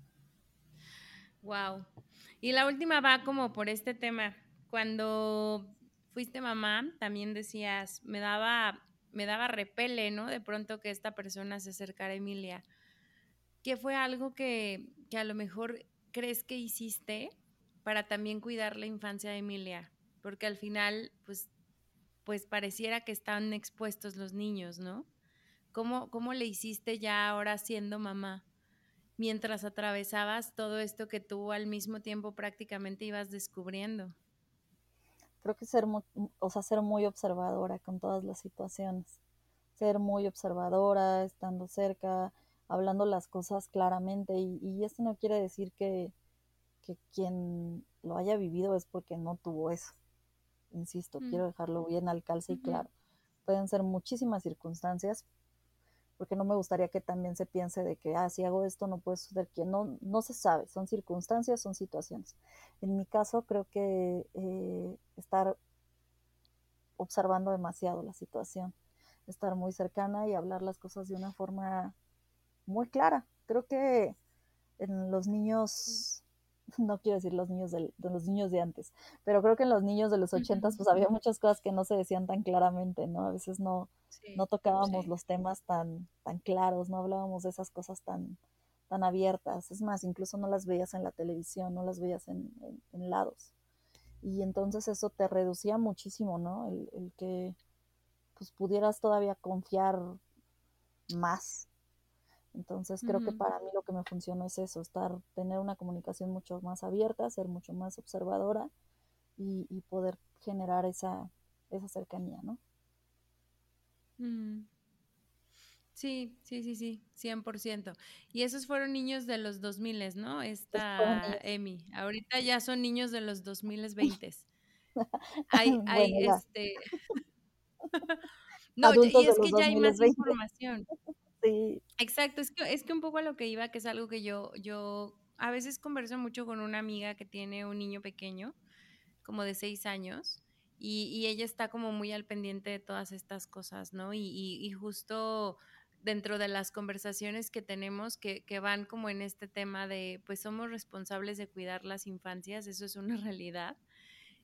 Wow. Y la última va como por este tema. Cuando fuiste mamá, también decías, me daba, me daba repele, ¿no? De pronto que esta persona se acercara a Emilia. ¿Qué fue algo que, que a lo mejor crees que hiciste para también cuidar la infancia de Emilia? Porque al final, pues, pues pareciera que están expuestos los niños, ¿no? ¿Cómo, cómo le hiciste ya ahora siendo mamá? Mientras atravesabas todo esto que tú al mismo tiempo prácticamente ibas descubriendo. Creo que ser muy, o sea, ser muy observadora con todas las situaciones. Ser muy observadora, estando cerca, hablando las cosas claramente. Y, y esto no quiere decir que, que quien lo haya vivido es porque no tuvo eso. Insisto, Mm. quiero dejarlo bien al calce y Ujú. claro. Pueden ser muchísimas circunstancias, porque no me gustaría que también se piense de que, ah, si hago esto no puede suceder, que no, no se sabe, son circunstancias, son situaciones. En mi caso, creo que eh, estar observando demasiado la situación, estar muy cercana y hablar las cosas de una forma muy clara. Creo que en los niños, no quiero decir los niños del- de los niños de antes, pero creo que en los niños de los ochentas Ujú. pues había muchas cosas que no se decían tan claramente, ¿no? A veces no, no Sí, tocábamos sí. los temas tan, tan claros, no hablábamos de esas cosas tan, tan abiertas. Es más, incluso no las veías en la televisión, no las veías en, en, en lados. Y entonces eso te reducía muchísimo, ¿no? El, el que pues pudieras todavía confiar más. Entonces creo que Ujú. para mí lo que me funcionó es eso, estar, tener una comunicación mucho más abierta, ser mucho más observadora y, y poder generar esa, esa cercanía, ¿no? Mm. Sí, sí, sí, sí, cien por ciento. Y esos fueron niños de los dos mil, ¿no? Esos fueron Esta niños, Emi. Ahorita ya son niños de los dos mil veinte. Hay, hay, bueno, la, este, no, ya- y adultos de es los que ya dos hay mil más veinte, información. sí. Exacto, es que, es que un poco a lo que iba, que es algo que yo, yo a veces converso mucho con una amiga que tiene un niño pequeño, como de seis años, y, y ella está como muy al pendiente de todas estas cosas, ¿no? Y, y, y justo dentro de las conversaciones que tenemos que, que van como en este tema de, pues somos responsables de cuidar las infancias, eso es una realidad.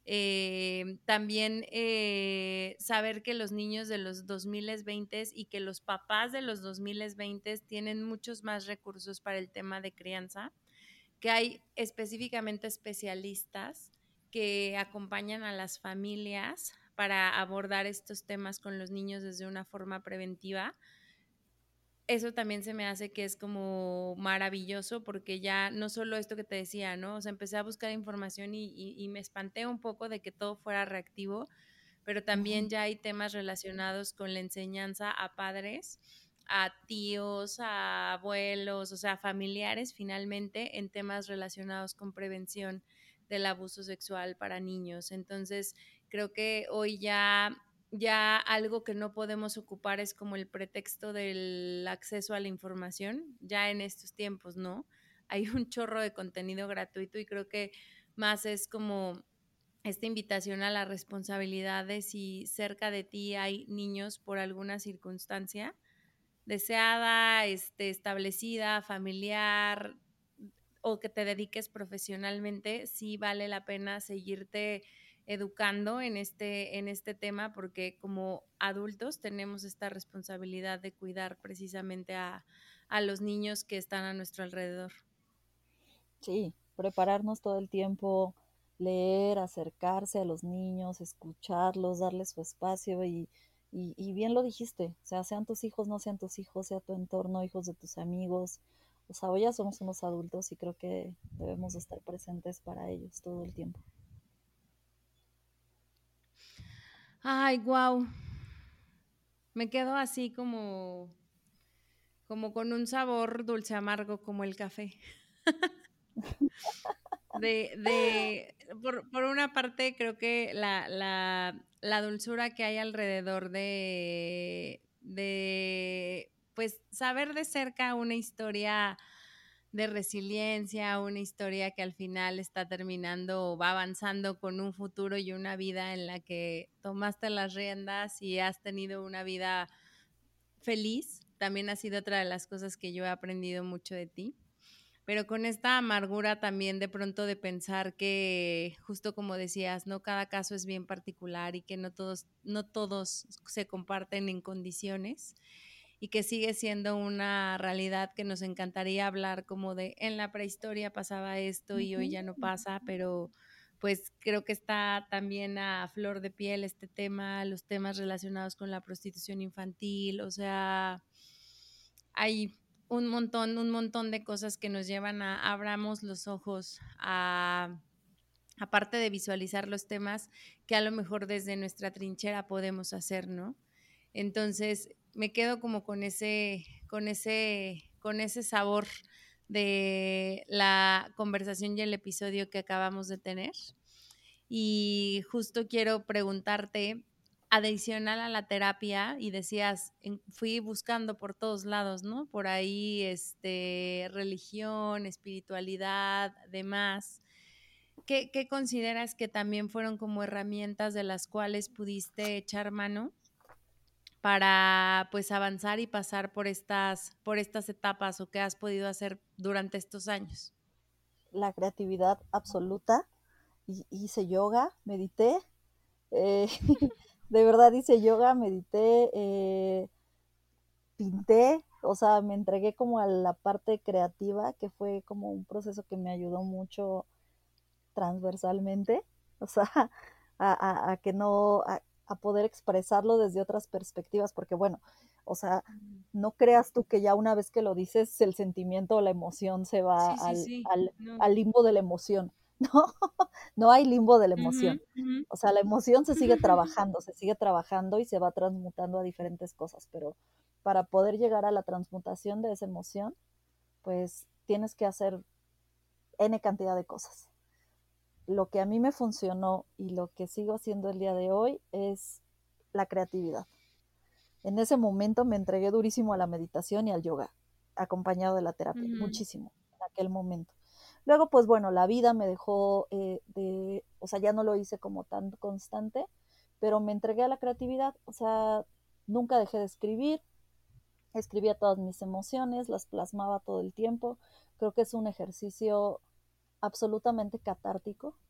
Eh, también eh, saber que los niños de los dos mil veinte y que los papás de los dos mil veinte tienen muchos más recursos para el tema de crianza, que hay específicamente especialistas que acompañan a las familias para abordar estos temas con los niños desde una forma preventiva. Eso también se me hace que es como maravilloso, porque ya no solo esto que te decía, ¿no? O sea, empecé a buscar información y, y, y me espanté un poco de que todo fuera reactivo, pero también Ujú. ya hay temas relacionados con la enseñanza a padres, a tíos, a abuelos, o sea, familiares finalmente, en temas relacionados con prevención del abuso sexual para niños. Entonces, creo que hoy ya ya algo que no podemos ocupar es como el pretexto del acceso a la información, ya en estos tiempos, ¿no? Hay un chorro de contenido gratuito y creo que más es como esta invitación a la responsabilidad de si cerca de ti hay niños por alguna circunstancia deseada, este, establecida, familiar, o que te dediques profesionalmente, sí vale la pena seguirte educando en este, en este tema, porque como adultos tenemos esta responsabilidad de cuidar precisamente a, a los niños que están a nuestro alrededor. Sí, prepararnos todo el tiempo, leer, acercarse a los niños, escucharlos, darles su espacio y, y, y bien lo dijiste, o sea, sean tus hijos, no sean tus hijos, sea tu entorno, hijos de tus amigos, o sea, hoy ya somos unos adultos y creo que debemos estar presentes para ellos todo el tiempo. Ay, wow. Me quedo así como, como con un sabor dulce amargo como el café. De, de por, por una parte, creo que la, la, la dulzura que hay alrededor de, de, pues, saber de cerca una historia de resiliencia, una historia que al final está terminando o va avanzando con un futuro y una vida en la que tomaste las riendas y has tenido una vida feliz, también ha sido otra de las cosas que yo he aprendido mucho de ti. Pero con esta amargura también de pronto de pensar que, justo como decías, no cada caso es bien particular y que no todos, no todos se comparten en condiciones, y que sigue siendo una realidad que nos encantaría hablar como de en la prehistoria pasaba esto y hoy Ujú. ya no pasa, pero pues creo que está también a flor de piel este tema, los temas relacionados con la prostitución infantil, o sea, hay un montón, un montón de cosas que nos llevan a abramos los ojos a, aparte de visualizar los temas que a lo mejor desde nuestra trinchera podemos hacer, ¿no? Entonces me quedo como con ese, con ese, con ese sabor de la conversación y el episodio que acabamos de tener. Y justo quiero preguntarte, adicional a la terapia, y decías, en, fui buscando por todos lados, ¿no? Por ahí, este, religión, espiritualidad, demás. ¿Qué, qué consideras que también fueron como herramientas de las cuales pudiste echar mano para pues avanzar y pasar por estas, por estas etapas, o qué has podido hacer durante estos años? La creatividad absoluta, y, hice yoga, medité, eh, de verdad hice yoga, medité, eh, pinté, o sea, me entregué como a la parte creativa, que fue como un proceso que me ayudó mucho transversalmente, o sea, a, a, a que no, a, a, poder expresarlo desde otras perspectivas, porque bueno, o sea, no creas tú que ya una vez que lo dices, el sentimiento o la emoción se va Sí, sí, al, sí. al, No. al limbo de la emoción, ¿no? No hay limbo de la Uh-huh, emoción. uh-huh. O sea, la emoción se sigue trabajando, se sigue trabajando y se va transmutando a diferentes cosas, pero para poder llegar a la transmutación de esa emoción, pues tienes que hacer N cantidad de cosas. Lo que a mí me funcionó y lo que sigo haciendo el día de hoy es la creatividad. En ese momento me entregué durísimo a la meditación y al yoga, acompañado de la terapia, Uh-huh. muchísimo en aquel momento. Luego, pues bueno, la vida me dejó eh, de, o sea, ya no lo hice como tan constante, pero me entregué a la creatividad, o sea, nunca dejé de escribir, escribía todas mis emociones, las plasmaba todo el tiempo. Creo que es un ejercicio absolutamente catártico,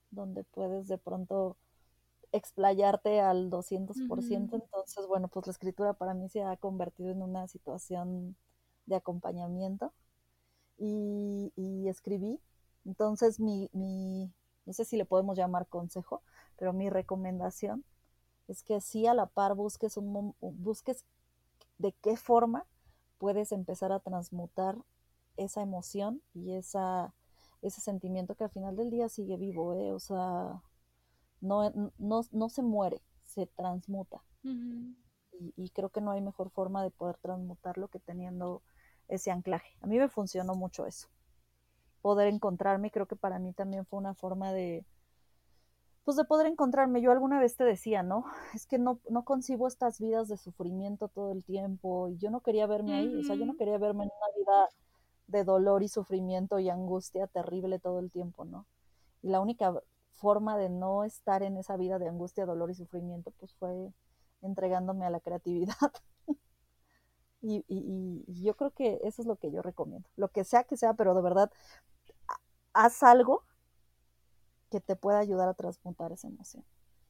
donde puedes de pronto explayarte al doscientos por ciento. Ujú. Entonces, bueno, pues la escritura para mí se ha convertido en una situación de acompañamiento y, y escribí. Entonces, mi, mi, no sé si le podemos llamar consejo, pero mi recomendación es que sí a la par busques, un, busques de qué forma puedes empezar a transmutar esa emoción y esa, ese sentimiento que al final del día sigue vivo, ¿eh? O sea, no, no, no se muere, se transmuta. Ujú. Y, y creo que no hay mejor forma de poder transmutarlo que teniendo ese anclaje. A mí me funcionó mucho eso. Poder encontrarme, creo que para mí también fue una forma de, pues de poder encontrarme. Yo alguna vez te decía, ¿no? Es que no, no concibo estas vidas de sufrimiento todo el tiempo y yo no quería verme ahí, o sea, yo no Ujú. quería verme en una vida de dolor y sufrimiento y angustia terrible todo el tiempo, ¿no? Y la única forma de no estar en esa vida de angustia, dolor y sufrimiento, pues fue entregándome a la creatividad. Y, y, y yo creo que eso es lo que yo recomiendo. Lo que sea que sea, pero de verdad, haz algo que te pueda ayudar a transmutar esa emoción.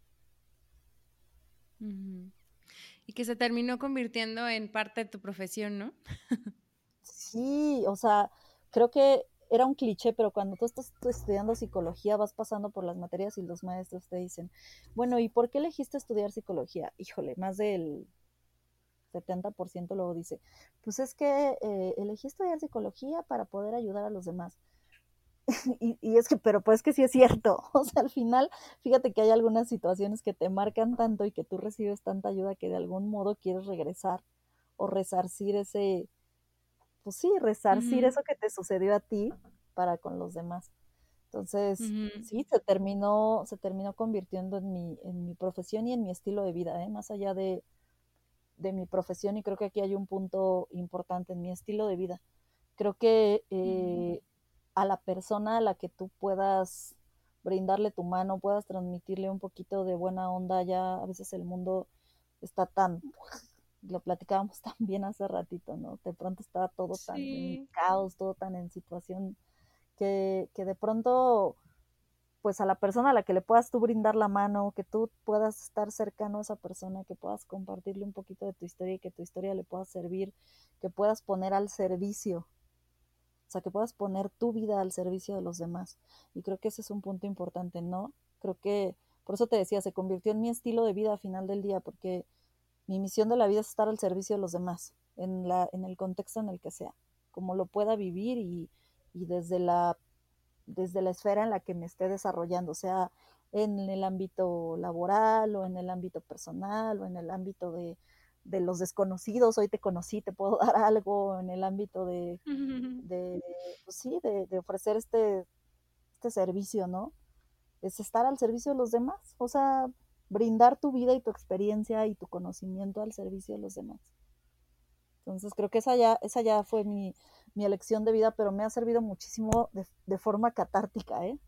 Ujú. Y que se terminó convirtiendo en parte de tu profesión, ¿no? Sí, o sea, creo que era un cliché, pero cuando tú estás tú estudiando psicología, vas pasando por las materias y los maestros te dicen, bueno, ¿y por qué elegiste estudiar psicología? Híjole, más del setenta por ciento luego dice, pues es que eh, elegí estudiar psicología para poder ayudar a los demás. y, y es que, pero pues que sí es cierto, o sea, al final, fíjate que hay algunas situaciones que te marcan tanto y que tú recibes tanta ayuda que de algún modo quieres regresar o resarcir ese, pues sí, resarcir Ujú. eso que te sucedió a ti para con los demás. Entonces, Ujú. sí, se terminó, se terminó convirtiendo en mi, en mi profesión y en mi estilo de vida, ¿eh? Más allá de, de mi profesión, y creo que aquí hay un punto importante en mi estilo de vida. Creo que Ujú. eh, a la persona a la que tú puedas brindarle tu mano, puedas transmitirle un poquito de buena onda, ya a veces el mundo está tan, lo platicábamos tan bien hace ratito, ¿no? De pronto está todo tan en Sí. caos, todo tan en situación que, que de pronto, pues a la persona a la que le puedas tú brindar la mano, que tú puedas estar cercano a esa persona, que puedas compartirle un poquito de tu historia y que tu historia le pueda servir, que puedas poner al servicio, o sea, que puedas poner tu vida al servicio de los demás. Y creo que ese es un punto importante, ¿no? Creo que, por eso te decía, se convirtió en mi estilo de vida a final del día, porque mi misión de la vida es estar al servicio de los demás, en, la, en el contexto en el que sea, como lo pueda vivir y, y desde la desde la esfera en la que me esté desarrollando, sea en el ámbito laboral o en el ámbito personal o en el ámbito de, de los desconocidos, hoy te conocí, te puedo dar algo, en el ámbito de, Ujú. de pues sí, de, de ofrecer este, este servicio, ¿no? Es estar al servicio de los demás, o sea, brindar tu vida y tu experiencia y tu conocimiento al servicio de los demás. Entonces creo que esa ya, esa ya fue mi, mi elección de vida, pero me ha servido muchísimo de, de forma catártica, ¿eh?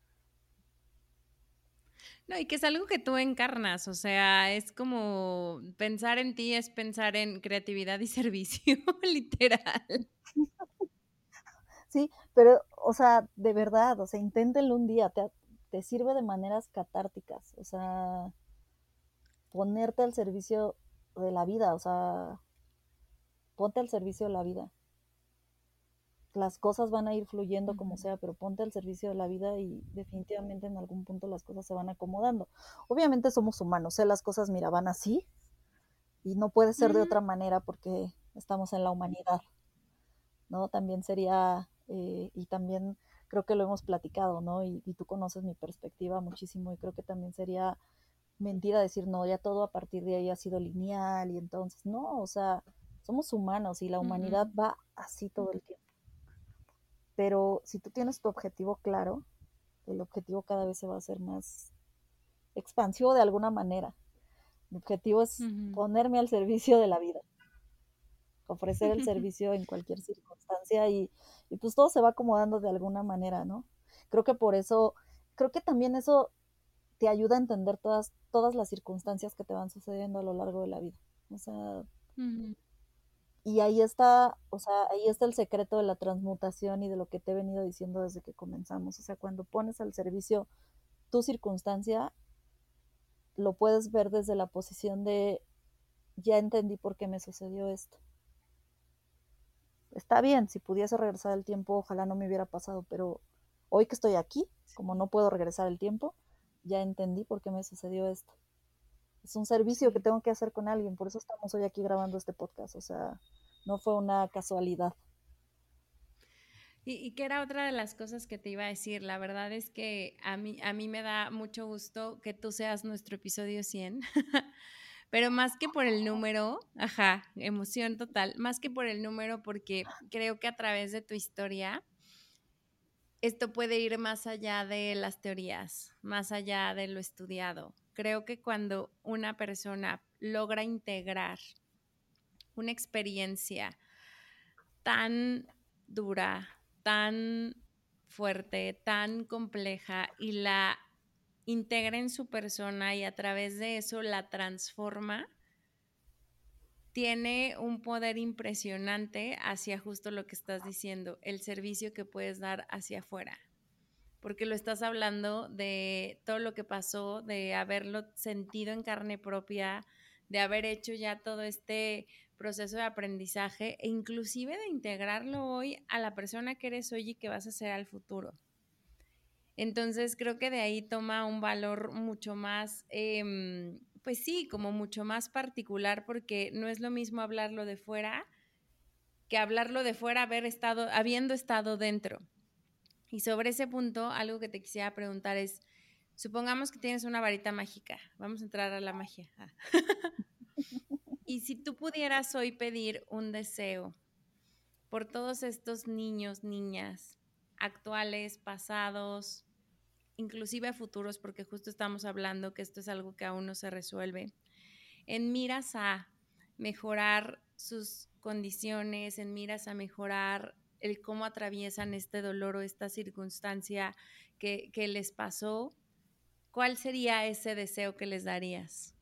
No, y que es algo que tú encarnas, o sea, es como pensar en ti es pensar en creatividad y servicio, literal. Sí, pero, o sea, de verdad, o sea, inténtenlo un día, te, te sirve de maneras catárticas, o sea, ponerte al servicio de la vida, o sea, ponte al servicio de la vida. Las cosas van a ir fluyendo como Ujú. sea, pero ponte al servicio de la vida y definitivamente en algún punto las cosas se van acomodando. Obviamente somos humanos, ¿eh? Las cosas, mira, van así y no puede ser de Ujú. otra manera porque estamos en la humanidad, ¿no? También sería, eh, y también creo que lo hemos platicado, ¿no? Y, y tú conoces mi perspectiva muchísimo y creo que también sería mentira decir, no, ya todo a partir de ahí ha sido lineal y entonces, no, o sea, somos humanos y la humanidad Ujú. va así todo el tiempo. Pero si tú tienes tu objetivo claro, el objetivo cada vez se va a hacer más expansivo de alguna manera. Mi objetivo es Ujú. ponerme al servicio de la vida, ofrecer el servicio en cualquier circunstancia y, y pues todo se va acomodando de alguna manera, ¿no? Creo que por eso, creo que también eso te ayuda a entender todas, todas las circunstancias que te van sucediendo a lo largo de la vida. O sea, Ujú. y ahí está, o sea, ahí está el secreto de la transmutación y de lo que te he venido diciendo desde que comenzamos. O sea, cuando pones al servicio tu circunstancia lo puedes ver desde la posición de ya entendí por qué me sucedió esto. Está bien, si pudiese regresar el tiempo, ojalá no me hubiera pasado, pero hoy que estoy aquí, como no puedo regresar el tiempo, ya entendí por qué me sucedió esto. Es un servicio sí. que tengo que hacer con alguien, por eso estamos hoy aquí grabando este podcast, o sea, no fue una casualidad. Y, y que era otra de las cosas que te iba a decir, la verdad es que a mí, a mí me da mucho gusto que tú seas nuestro episodio cien, pero más que por el número, ajá, emoción total, más que por el número, porque creo que a través de tu historia esto puede ir más allá de las teorías, más allá de lo estudiado. Creo que cuando una persona logra integrar una experiencia tan dura, tan fuerte, tan compleja y la integra en su persona y a través de eso la transforma, tiene un poder impresionante hacia justo lo que estás diciendo, el servicio que puedes dar hacia afuera. Porque lo estás hablando de todo lo que pasó, de haberlo sentido en carne propia, de haber hecho ya todo este proceso de aprendizaje e inclusive de integrarlo hoy a la persona que eres hoy y que vas a ser al futuro. Entonces creo que de ahí toma un valor mucho más, eh, pues sí, como mucho más particular, porque no es lo mismo hablarlo de fuera que hablarlo de fuera haber estado, habiendo estado dentro. Y sobre ese punto, algo que te quisiera preguntar es, supongamos que tienes una varita mágica, vamos a entrar a la magia. Ah. Y si tú pudieras hoy pedir un deseo por todos estos niños, niñas, actuales, pasados, inclusive futuros, porque justo estamos hablando que esto es algo que aún no se resuelve, en miras a mejorar sus condiciones, en miras a mejorar el cómo atraviesan este dolor o esta circunstancia que, que les pasó, ¿cuál sería ese deseo que les darías?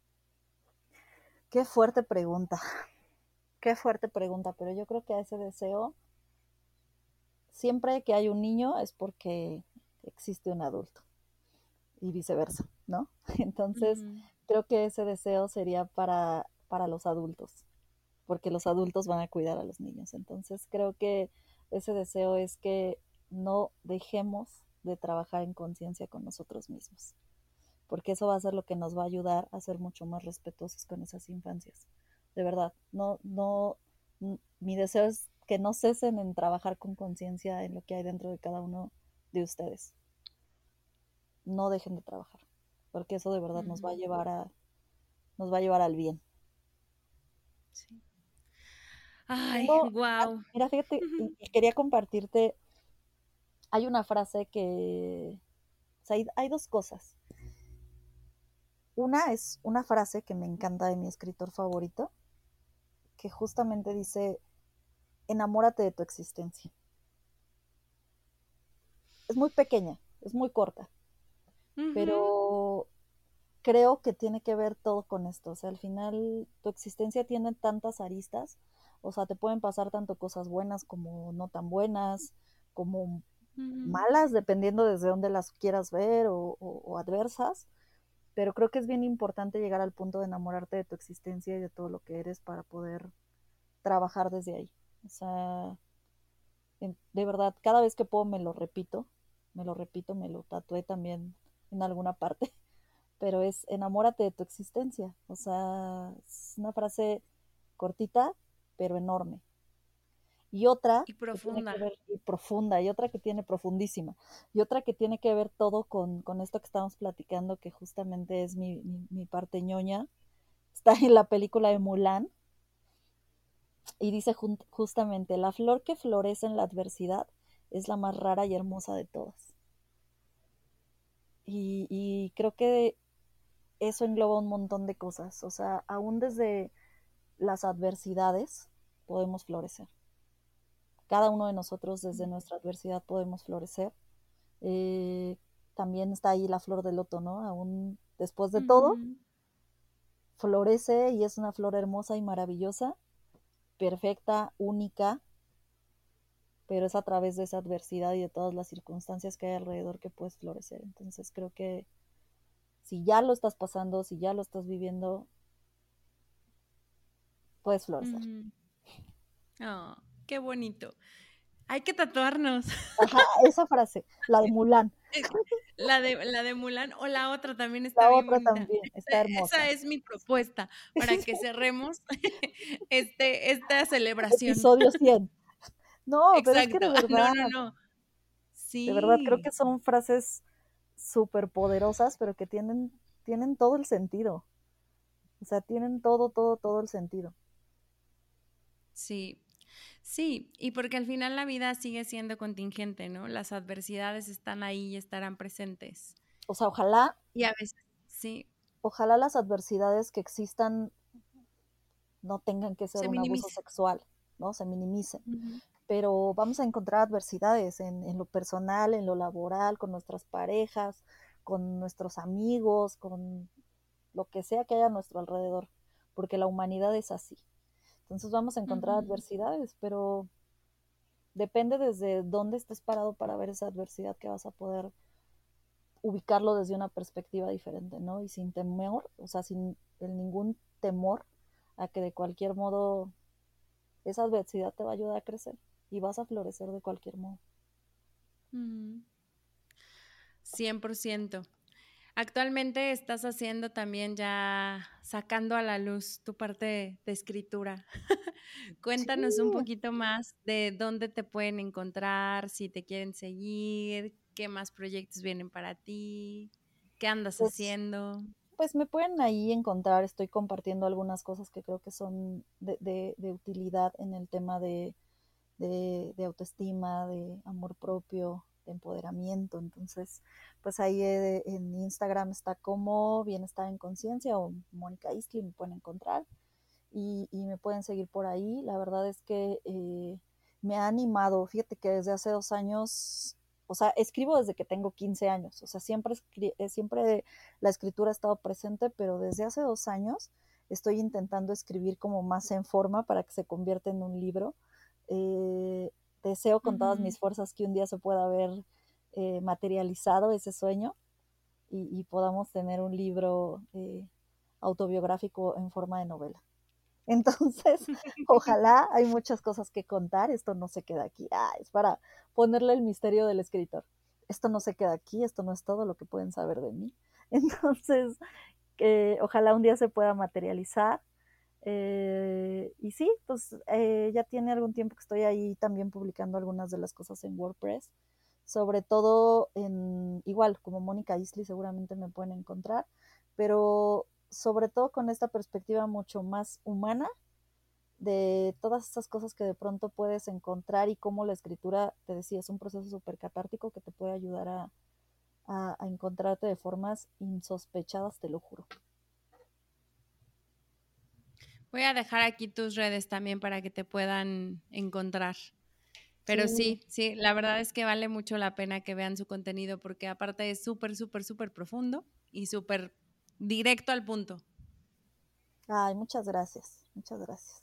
Qué fuerte pregunta, qué fuerte pregunta, pero yo creo que a ese deseo, siempre que hay un niño es porque existe un adulto y viceversa, ¿no? Entonces, uh-huh. creo que ese deseo sería para, para los adultos, porque los adultos van a cuidar a los niños. Entonces, creo que ese deseo es que no dejemos de trabajar en conciencia con nosotros mismos, porque eso va a ser lo que nos va a ayudar a ser mucho más respetuosos con esas infancias. De verdad, no, no, mi deseo es que no cesen en trabajar con conciencia en lo que hay dentro de cada uno de ustedes. No dejen de trabajar, porque eso de verdad uh-huh. nos va a llevar a, nos va a llevar al bien. Sí. Ay, Tengo, wow. Mira, fíjate, uh-huh. quería compartirte, hay una frase que, o sea, hay, hay dos cosas. Una es una frase que me encanta de mi escritor favorito, que justamente dice, enamórate de tu existencia. Es muy pequeña, es muy corta, uh-huh. pero creo que tiene que ver todo con esto. O sea, al final tu existencia tiene tantas aristas, o sea, te pueden pasar tanto cosas buenas como no tan buenas, como uh-huh. malas, dependiendo desde dónde las quieras ver, o, o, o adversas. Pero creo que es bien importante llegar al punto de enamorarte de tu existencia y de todo lo que eres para poder trabajar desde ahí. O sea, de verdad, cada vez que puedo me lo repito, me lo repito, me lo tatué también en alguna parte, pero es enamórate de tu existencia. O sea, es una frase cortita, pero enorme. Y otra y profunda. Que tiene que ver, y profunda, y otra que tiene profundísima, y otra que tiene que ver todo con, con esto que estamos platicando, que justamente es mi, mi, mi parte ñoña, está en la película de Mulan, y dice jun- justamente, la flor que florece en la adversidad es la más rara y hermosa de todas. Y, y creo que eso engloba un montón de cosas, o sea, aún desde las adversidades podemos florecer. Cada uno de nosotros desde nuestra adversidad podemos florecer. Eh, también está ahí la flor del loto, ¿no? Aún después de uh-huh. todo, florece y es una flor hermosa y maravillosa, perfecta, única, pero es a través de esa adversidad y de todas las circunstancias que hay alrededor que puedes florecer. Entonces creo que si ya lo estás pasando, si ya lo estás viviendo, puedes florecer. Mm. Oh, qué bonito. Hay que tatuarnos. Ajá, esa frase, la de Mulan. La de, la de Mulan o la otra también está La bien otra bonita. también está hermosa. Esa es mi propuesta para que cerremos este, esta celebración. Episodio cien. No, pero es que de Exacto. verdad, No, no, no. de verdad creo Sí, que son frases súper poderosas, pero que tienen, tienen todo el sentido. O sea, tienen todo, todo, todo el sentido. sí, sí. Y porque al final la vida sigue siendo contingente, ¿no? Las adversidades están ahí y estarán presentes. O sea, ojalá, Y a veces, sí, ojalá las adversidades que existan no tengan que ser se un abuso minimiza. sexual, ¿no? Se minimicen. Ujú. Pero vamos a encontrar adversidades en, en lo personal, en lo laboral, con nuestras parejas, con nuestros amigos, con lo que sea que haya a nuestro alrededor, porque la humanidad es así. Entonces vamos a encontrar Ujú. adversidades, pero depende desde dónde estés parado para ver esa adversidad que vas a poder ubicarlo desde una perspectiva diferente, ¿no? Y sin temor, o sea, sin el ningún temor a que de cualquier modo esa adversidad te va a ayudar a crecer y vas a florecer de cualquier modo. Ujú. cien por ciento. Actualmente estás haciendo también ya sacando a la luz tu parte de, de escritura. Sí, Cuéntanos un poquito más de dónde te pueden encontrar, si te quieren seguir, qué más proyectos vienen para ti, qué andas pues, haciendo. pues me pueden ahí encontrar, estoy compartiendo algunas cosas que creo que son de, de, de utilidad en el tema de, de, de autoestima, de amor propio, de empoderamiento. Entonces, pues ahí eh, en Instagram está como Bienestar en Conciencia o Mónica Isli, me pueden encontrar y, y, me pueden seguir por ahí. La verdad es que eh, me ha animado, fíjate que desde hace dos años, o sea, escribo desde que tengo quince años, o sea, siempre, siempre la escritura ha estado presente, pero desde hace dos años estoy intentando escribir como más en forma para que se convierta en un libro. Eh, deseo con todas Ujú. mis fuerzas que un día se pueda ver eh, materializado ese sueño y, y, podamos tener un libro eh, autobiográfico en forma de novela. Entonces, ojalá, hay muchas cosas que contar, esto no se queda aquí, ah, es para ponerle el misterio del escritor. Esto no se queda aquí, esto no es todo lo que pueden saber de mí. Entonces, eh, ojalá un día se pueda materializar. Eh, y sí, pues eh, ya tiene algún tiempo que estoy ahí también publicando algunas de las cosas en WordPress, sobre todo en, igual, como Mónica Isli seguramente me pueden encontrar, pero sobre todo con esta perspectiva mucho más humana de todas estas cosas que de pronto puedes encontrar y cómo la escritura, te decía, es un proceso súper catártico que te puede ayudar a, a, a encontrarte de formas insospechadas, te lo juro. Voy a dejar aquí tus redes también para que te puedan encontrar. Pero Sí, sí, sí, la verdad es que vale mucho la pena que vean su contenido porque aparte es súper, súper, súper profundo y súper directo al punto. ay, muchas gracias, muchas gracias.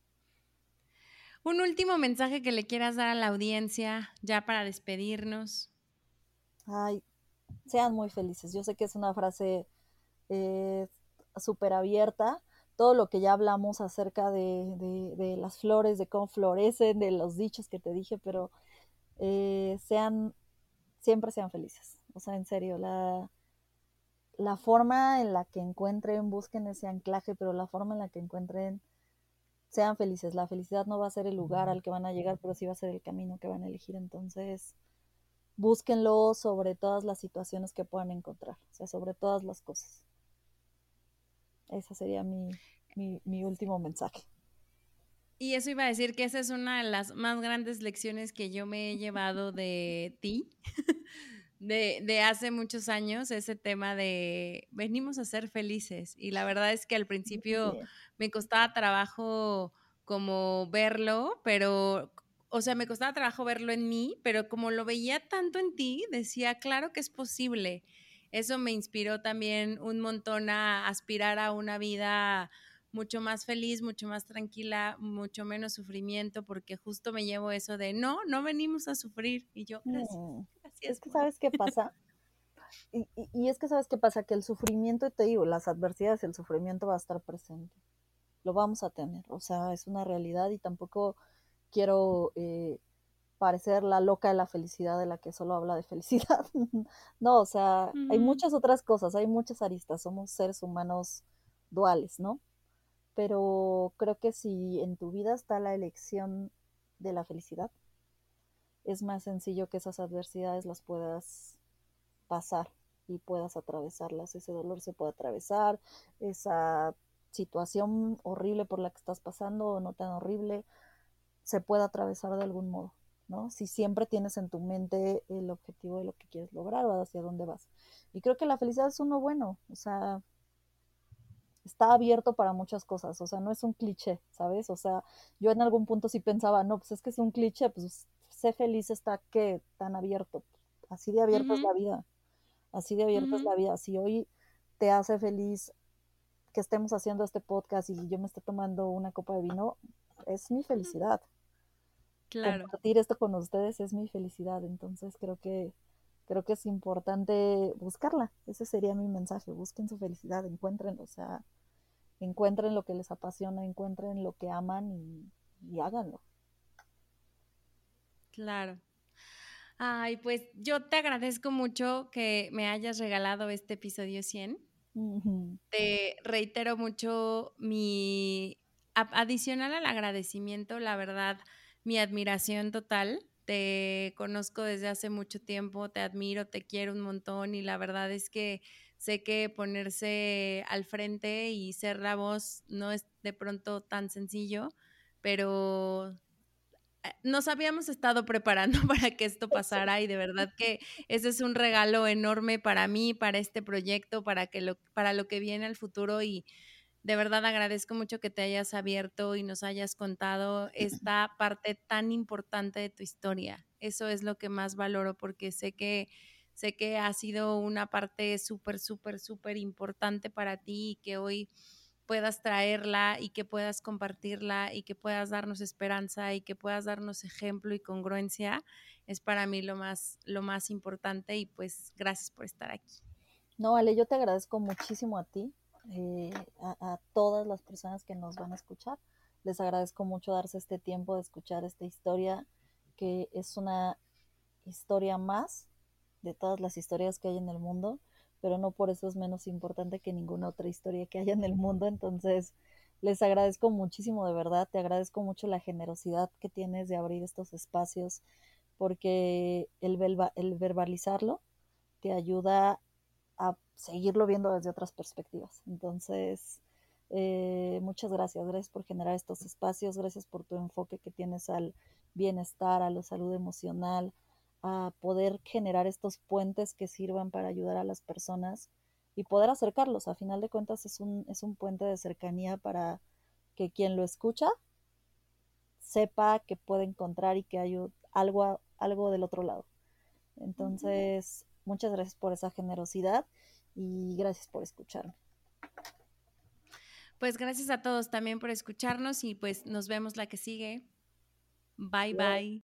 Un último mensaje que le quieras dar a la audiencia ya para despedirnos. Ay, sean muy felices. Yo sé que es una frase eh, súper abierta. Todo lo que ya hablamos acerca de, de, de, las flores, de cómo florecen, de los dichos que te dije, pero eh, sean, siempre sean felices. O sea, en serio, la, la forma en la que encuentren, busquen ese anclaje, pero la forma en la que encuentren, sean felices. La felicidad no va a ser el lugar al que van a llegar, pero sí va a ser el camino que van a elegir. Entonces, búsquenlo sobre todas las situaciones que puedan encontrar, o sea, sobre todas las cosas. Ese sería mi, mi, mi último mensaje. Y eso iba a decir que esa es una de las más grandes lecciones que yo me he llevado de ti, de, de hace muchos años, ese tema de venimos a ser felices. Y la verdad es que al principio me costaba trabajo como verlo, pero, o sea, me costaba trabajo verlo en mí, pero como lo veía tanto en ti, decía, claro que es posible. Eso me inspiró también un montón a aspirar a una vida mucho más feliz, mucho más tranquila, mucho menos sufrimiento, porque justo me llevo eso de, no, no venimos a sufrir. Y yo, gracias, Mm, gracias. Es que ¿sabes qué pasa? Y, y, y es que ¿sabes qué pasa? Que el sufrimiento, y te digo, las adversidades, el sufrimiento va a estar presente. Lo vamos a tener, o sea, es una realidad y tampoco quiero eh, parecer la loca de la felicidad de la que solo habla de felicidad. No, o sea, hay Uh-huh. muchas otras cosas, hay muchas aristas, somos seres humanos duales, ¿no? Pero creo que si en tu vida está la elección de la felicidad, es más sencillo que esas adversidades las puedas pasar y puedas atravesarlas. Ese dolor se puede atravesar, esa situación horrible por la que estás pasando o no tan horrible, se puede atravesar de algún modo, ¿no? Si siempre tienes en tu mente el objetivo de lo que quieres lograr o hacia dónde vas. Y creo que la felicidad es uno bueno, o sea, está abierto para muchas cosas, o sea, no es un cliché, ¿sabes? O sea, yo en algún punto sí pensaba, no, pues es que es un cliché, pues sé feliz está que tan abierto, así de abierto es Uh-huh. la vida, así de abierta es Uh-huh. la vida. Si hoy te hace feliz que estemos haciendo este podcast y yo me esté tomando una copa de vino, es mi felicidad. Claro. Compartir esto con ustedes es mi felicidad. Entonces creo que creo que es importante buscarla. Ese sería mi mensaje. Busquen su felicidad, encuentren, o sea, encuentren lo que les apasiona, encuentren lo que aman y, y háganlo. Claro. Ay, pues yo te agradezco mucho que me hayas regalado este episodio cien. Uh-huh. Te reitero mucho mi, adicional al agradecimiento, la verdad, mi admiración total. Te conozco desde hace mucho tiempo, te admiro, te quiero un montón y la verdad es que sé que ponerse al frente y ser la voz no es de pronto tan sencillo, pero nos habíamos estado preparando para que esto pasara y de verdad que ese es un regalo enorme para mí, para este proyecto, para, que lo, para lo que viene al futuro y de verdad agradezco mucho que te hayas abierto y nos hayas contado esta parte tan importante de tu historia. Eso es lo que más valoro porque sé que, sé que ha sido una parte súper, súper, súper importante para ti y que hoy puedas traerla y que puedas compartirla y que puedas darnos esperanza y que puedas darnos ejemplo y congruencia, es para mí lo más, lo más importante y pues gracias por estar aquí. No, Ale, yo te agradezco muchísimo a ti, eh, a, a todas las personas que nos van a escuchar. Les agradezco mucho darse este tiempo de escuchar esta historia, que es una historia más de todas las historias que hay en el mundo, pero no por eso es menos importante que ninguna otra historia que haya en el mundo. Entonces, les agradezco muchísimo, de verdad, te agradezco mucho la generosidad que tienes de abrir estos espacios, porque el, verba, el verbalizarlo te ayuda a seguirlo viendo desde otras perspectivas. Entonces, eh, muchas gracias, gracias por generar estos espacios, gracias por tu enfoque que tienes al bienestar, a la salud emocional, a poder generar estos puentes que sirvan para ayudar a las personas y poder acercarlos. A final de cuentas es un, es un puente de cercanía para que quien lo escucha sepa que puede encontrar y que hay algo, algo del otro lado. Entonces, muchas gracias por esa generosidad y gracias por escucharme. Pues gracias a todos también por escucharnos y pues nos vemos la que sigue. Bye, bye.